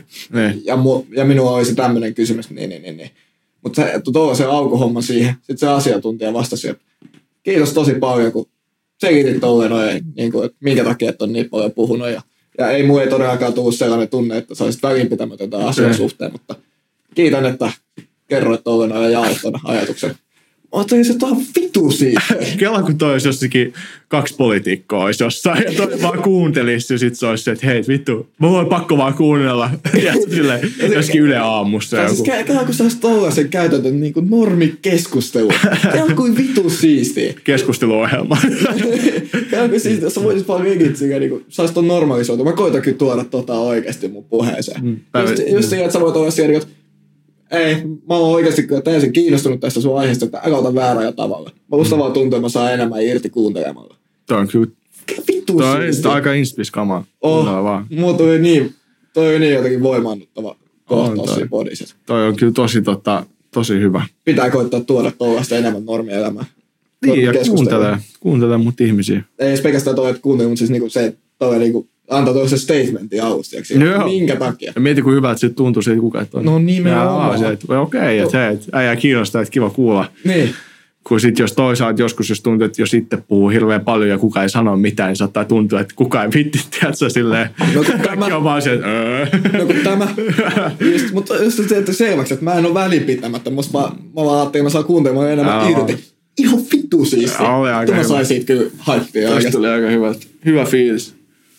Ja minulla olisi tämmöinen kysymys, niin. Mutta se tuo se alkuhomma siihen. Sitten se asiantuntija vastasi, että kiitos tosi paljon, kun selitit tolleen, niin kuin, että minkä takia et on niin paljon puhunut. Ja ei mulla ei todellakaan tullut sellainen tunne, että sä olisit välinpitämätöntä asian suhteen, mutta kiitän, että kerroit tolleen ja jaoit tuon ajatuksen. Ootko se tuohon vitu siitä? Kela kun toi olisi jossakin 2 poliitikkoa olisi jossain ja toi vaan kuuntelisi ja sit se olisi se, että hei vittu, mä voin pakko vaan kuunnella. Tiedätkö silleen, jossakin Yle Aamussa. Siis kela kun sä olisit tollasen käytön niin kuin normikeskustelu. Kela kuin vitu siistiä. Keskusteluohjelma. Kela kuin siistiä, jos sä voisit vaan legit silleen, niin kuin sä olisit ton normalisoitu. Mä koitan kyllä tuoda oikeasti mun puheeseen. Just siihen, että sä voit olla siellä, että ei, mä oon oikeasti kyllä täysin kiinnostunut tästä sun aiheesta, että älä ota väärää tavalla. Mä musta vaan tuntuu, että mä saan enemmän irti kuuntelemalla. Toi on kyllä. Vittu toi on aika inspis-kamaa. Mulla tuli niin jotenkin voimaannuttava kohtaus siinä podissa. Toi on kyllä tosi hyvä. Pitää koittaa tuoda tuollaista enemmän normielämää. Niin, ja kuuntelee mut ihmisiä. Ei edes pelkästään toi, että kuuntelee, mutta siis niinku se, että toi niinku antaa toisen statementin alusta. Minkä takia? Ja mieti, kuin hyvä, että se tuntuu siitä kukaan, että on. No nimenomaan. Okei, että äijää kiinnostaa, että kiva kuulla. Niin. Kun sit jos toisaalta joskus, jos tuntuu, että jos itse puhuu hirveän paljon ja kukaan ei sano mitään, niin saattaa tuntua, että kukaan ei vitti, tiedätkö, silleen. No kun tämä. On vaan se, että No kun tämä. Mutta just se, että selväksi, että mä en ole välinpitämättä. Mä vaan ajattelin, että mä saan kuuntelemaan enemmän irti. Ihan vittu siis. Mä sain siitä kyllä haippia. Tästä tuli aika hyvä fiilis.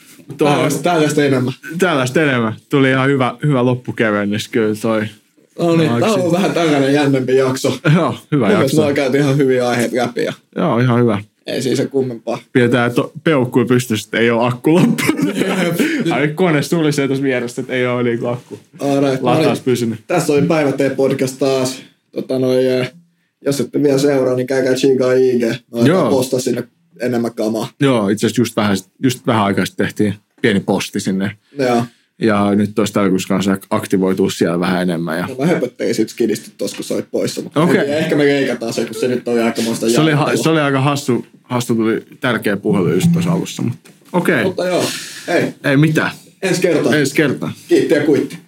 Tällaista enemmän. Tuli ihan hyvä loppukevennys kyllä toi. No niin, tää on vähän tällainen jännempi jakso. Joo, hyvä jakso. Mä oon käyty ihan hyviä aiheita läpi. Joo, ihan hyvä. Ei siis se kummempaa. Pidetään peukkui pystyssä, että ei ole akku loppu. Aina kone sulisee tuossa vierestä, että ei ole niinku akku. Lataus pysynyt. Tässä oli Päivä T-podcast taas. Jos ette vielä seuraa, niin käykää chiikaa IG. Mä postaa sinne enemmän kamaa. Joo, itse asiassa just vähän aikaa sitten tehtiin pieni posti sinne. Joo. Ja nyt olisi tarkoitus kanssa aktivoitua siellä vähän enemmän. Ja... No, mä höpöttelin sit skidistä tossa, kun sä olit poissa. Mutta ehkä me leikataan se, kun se nyt oli aikamoista jatkoa. Se oli aika hassu tuli tärkeä puhelu just tuossa alussa. Mutta okei. Mutta joo, ei mitään. Ensi kertaa. Kiitti ja kuitti.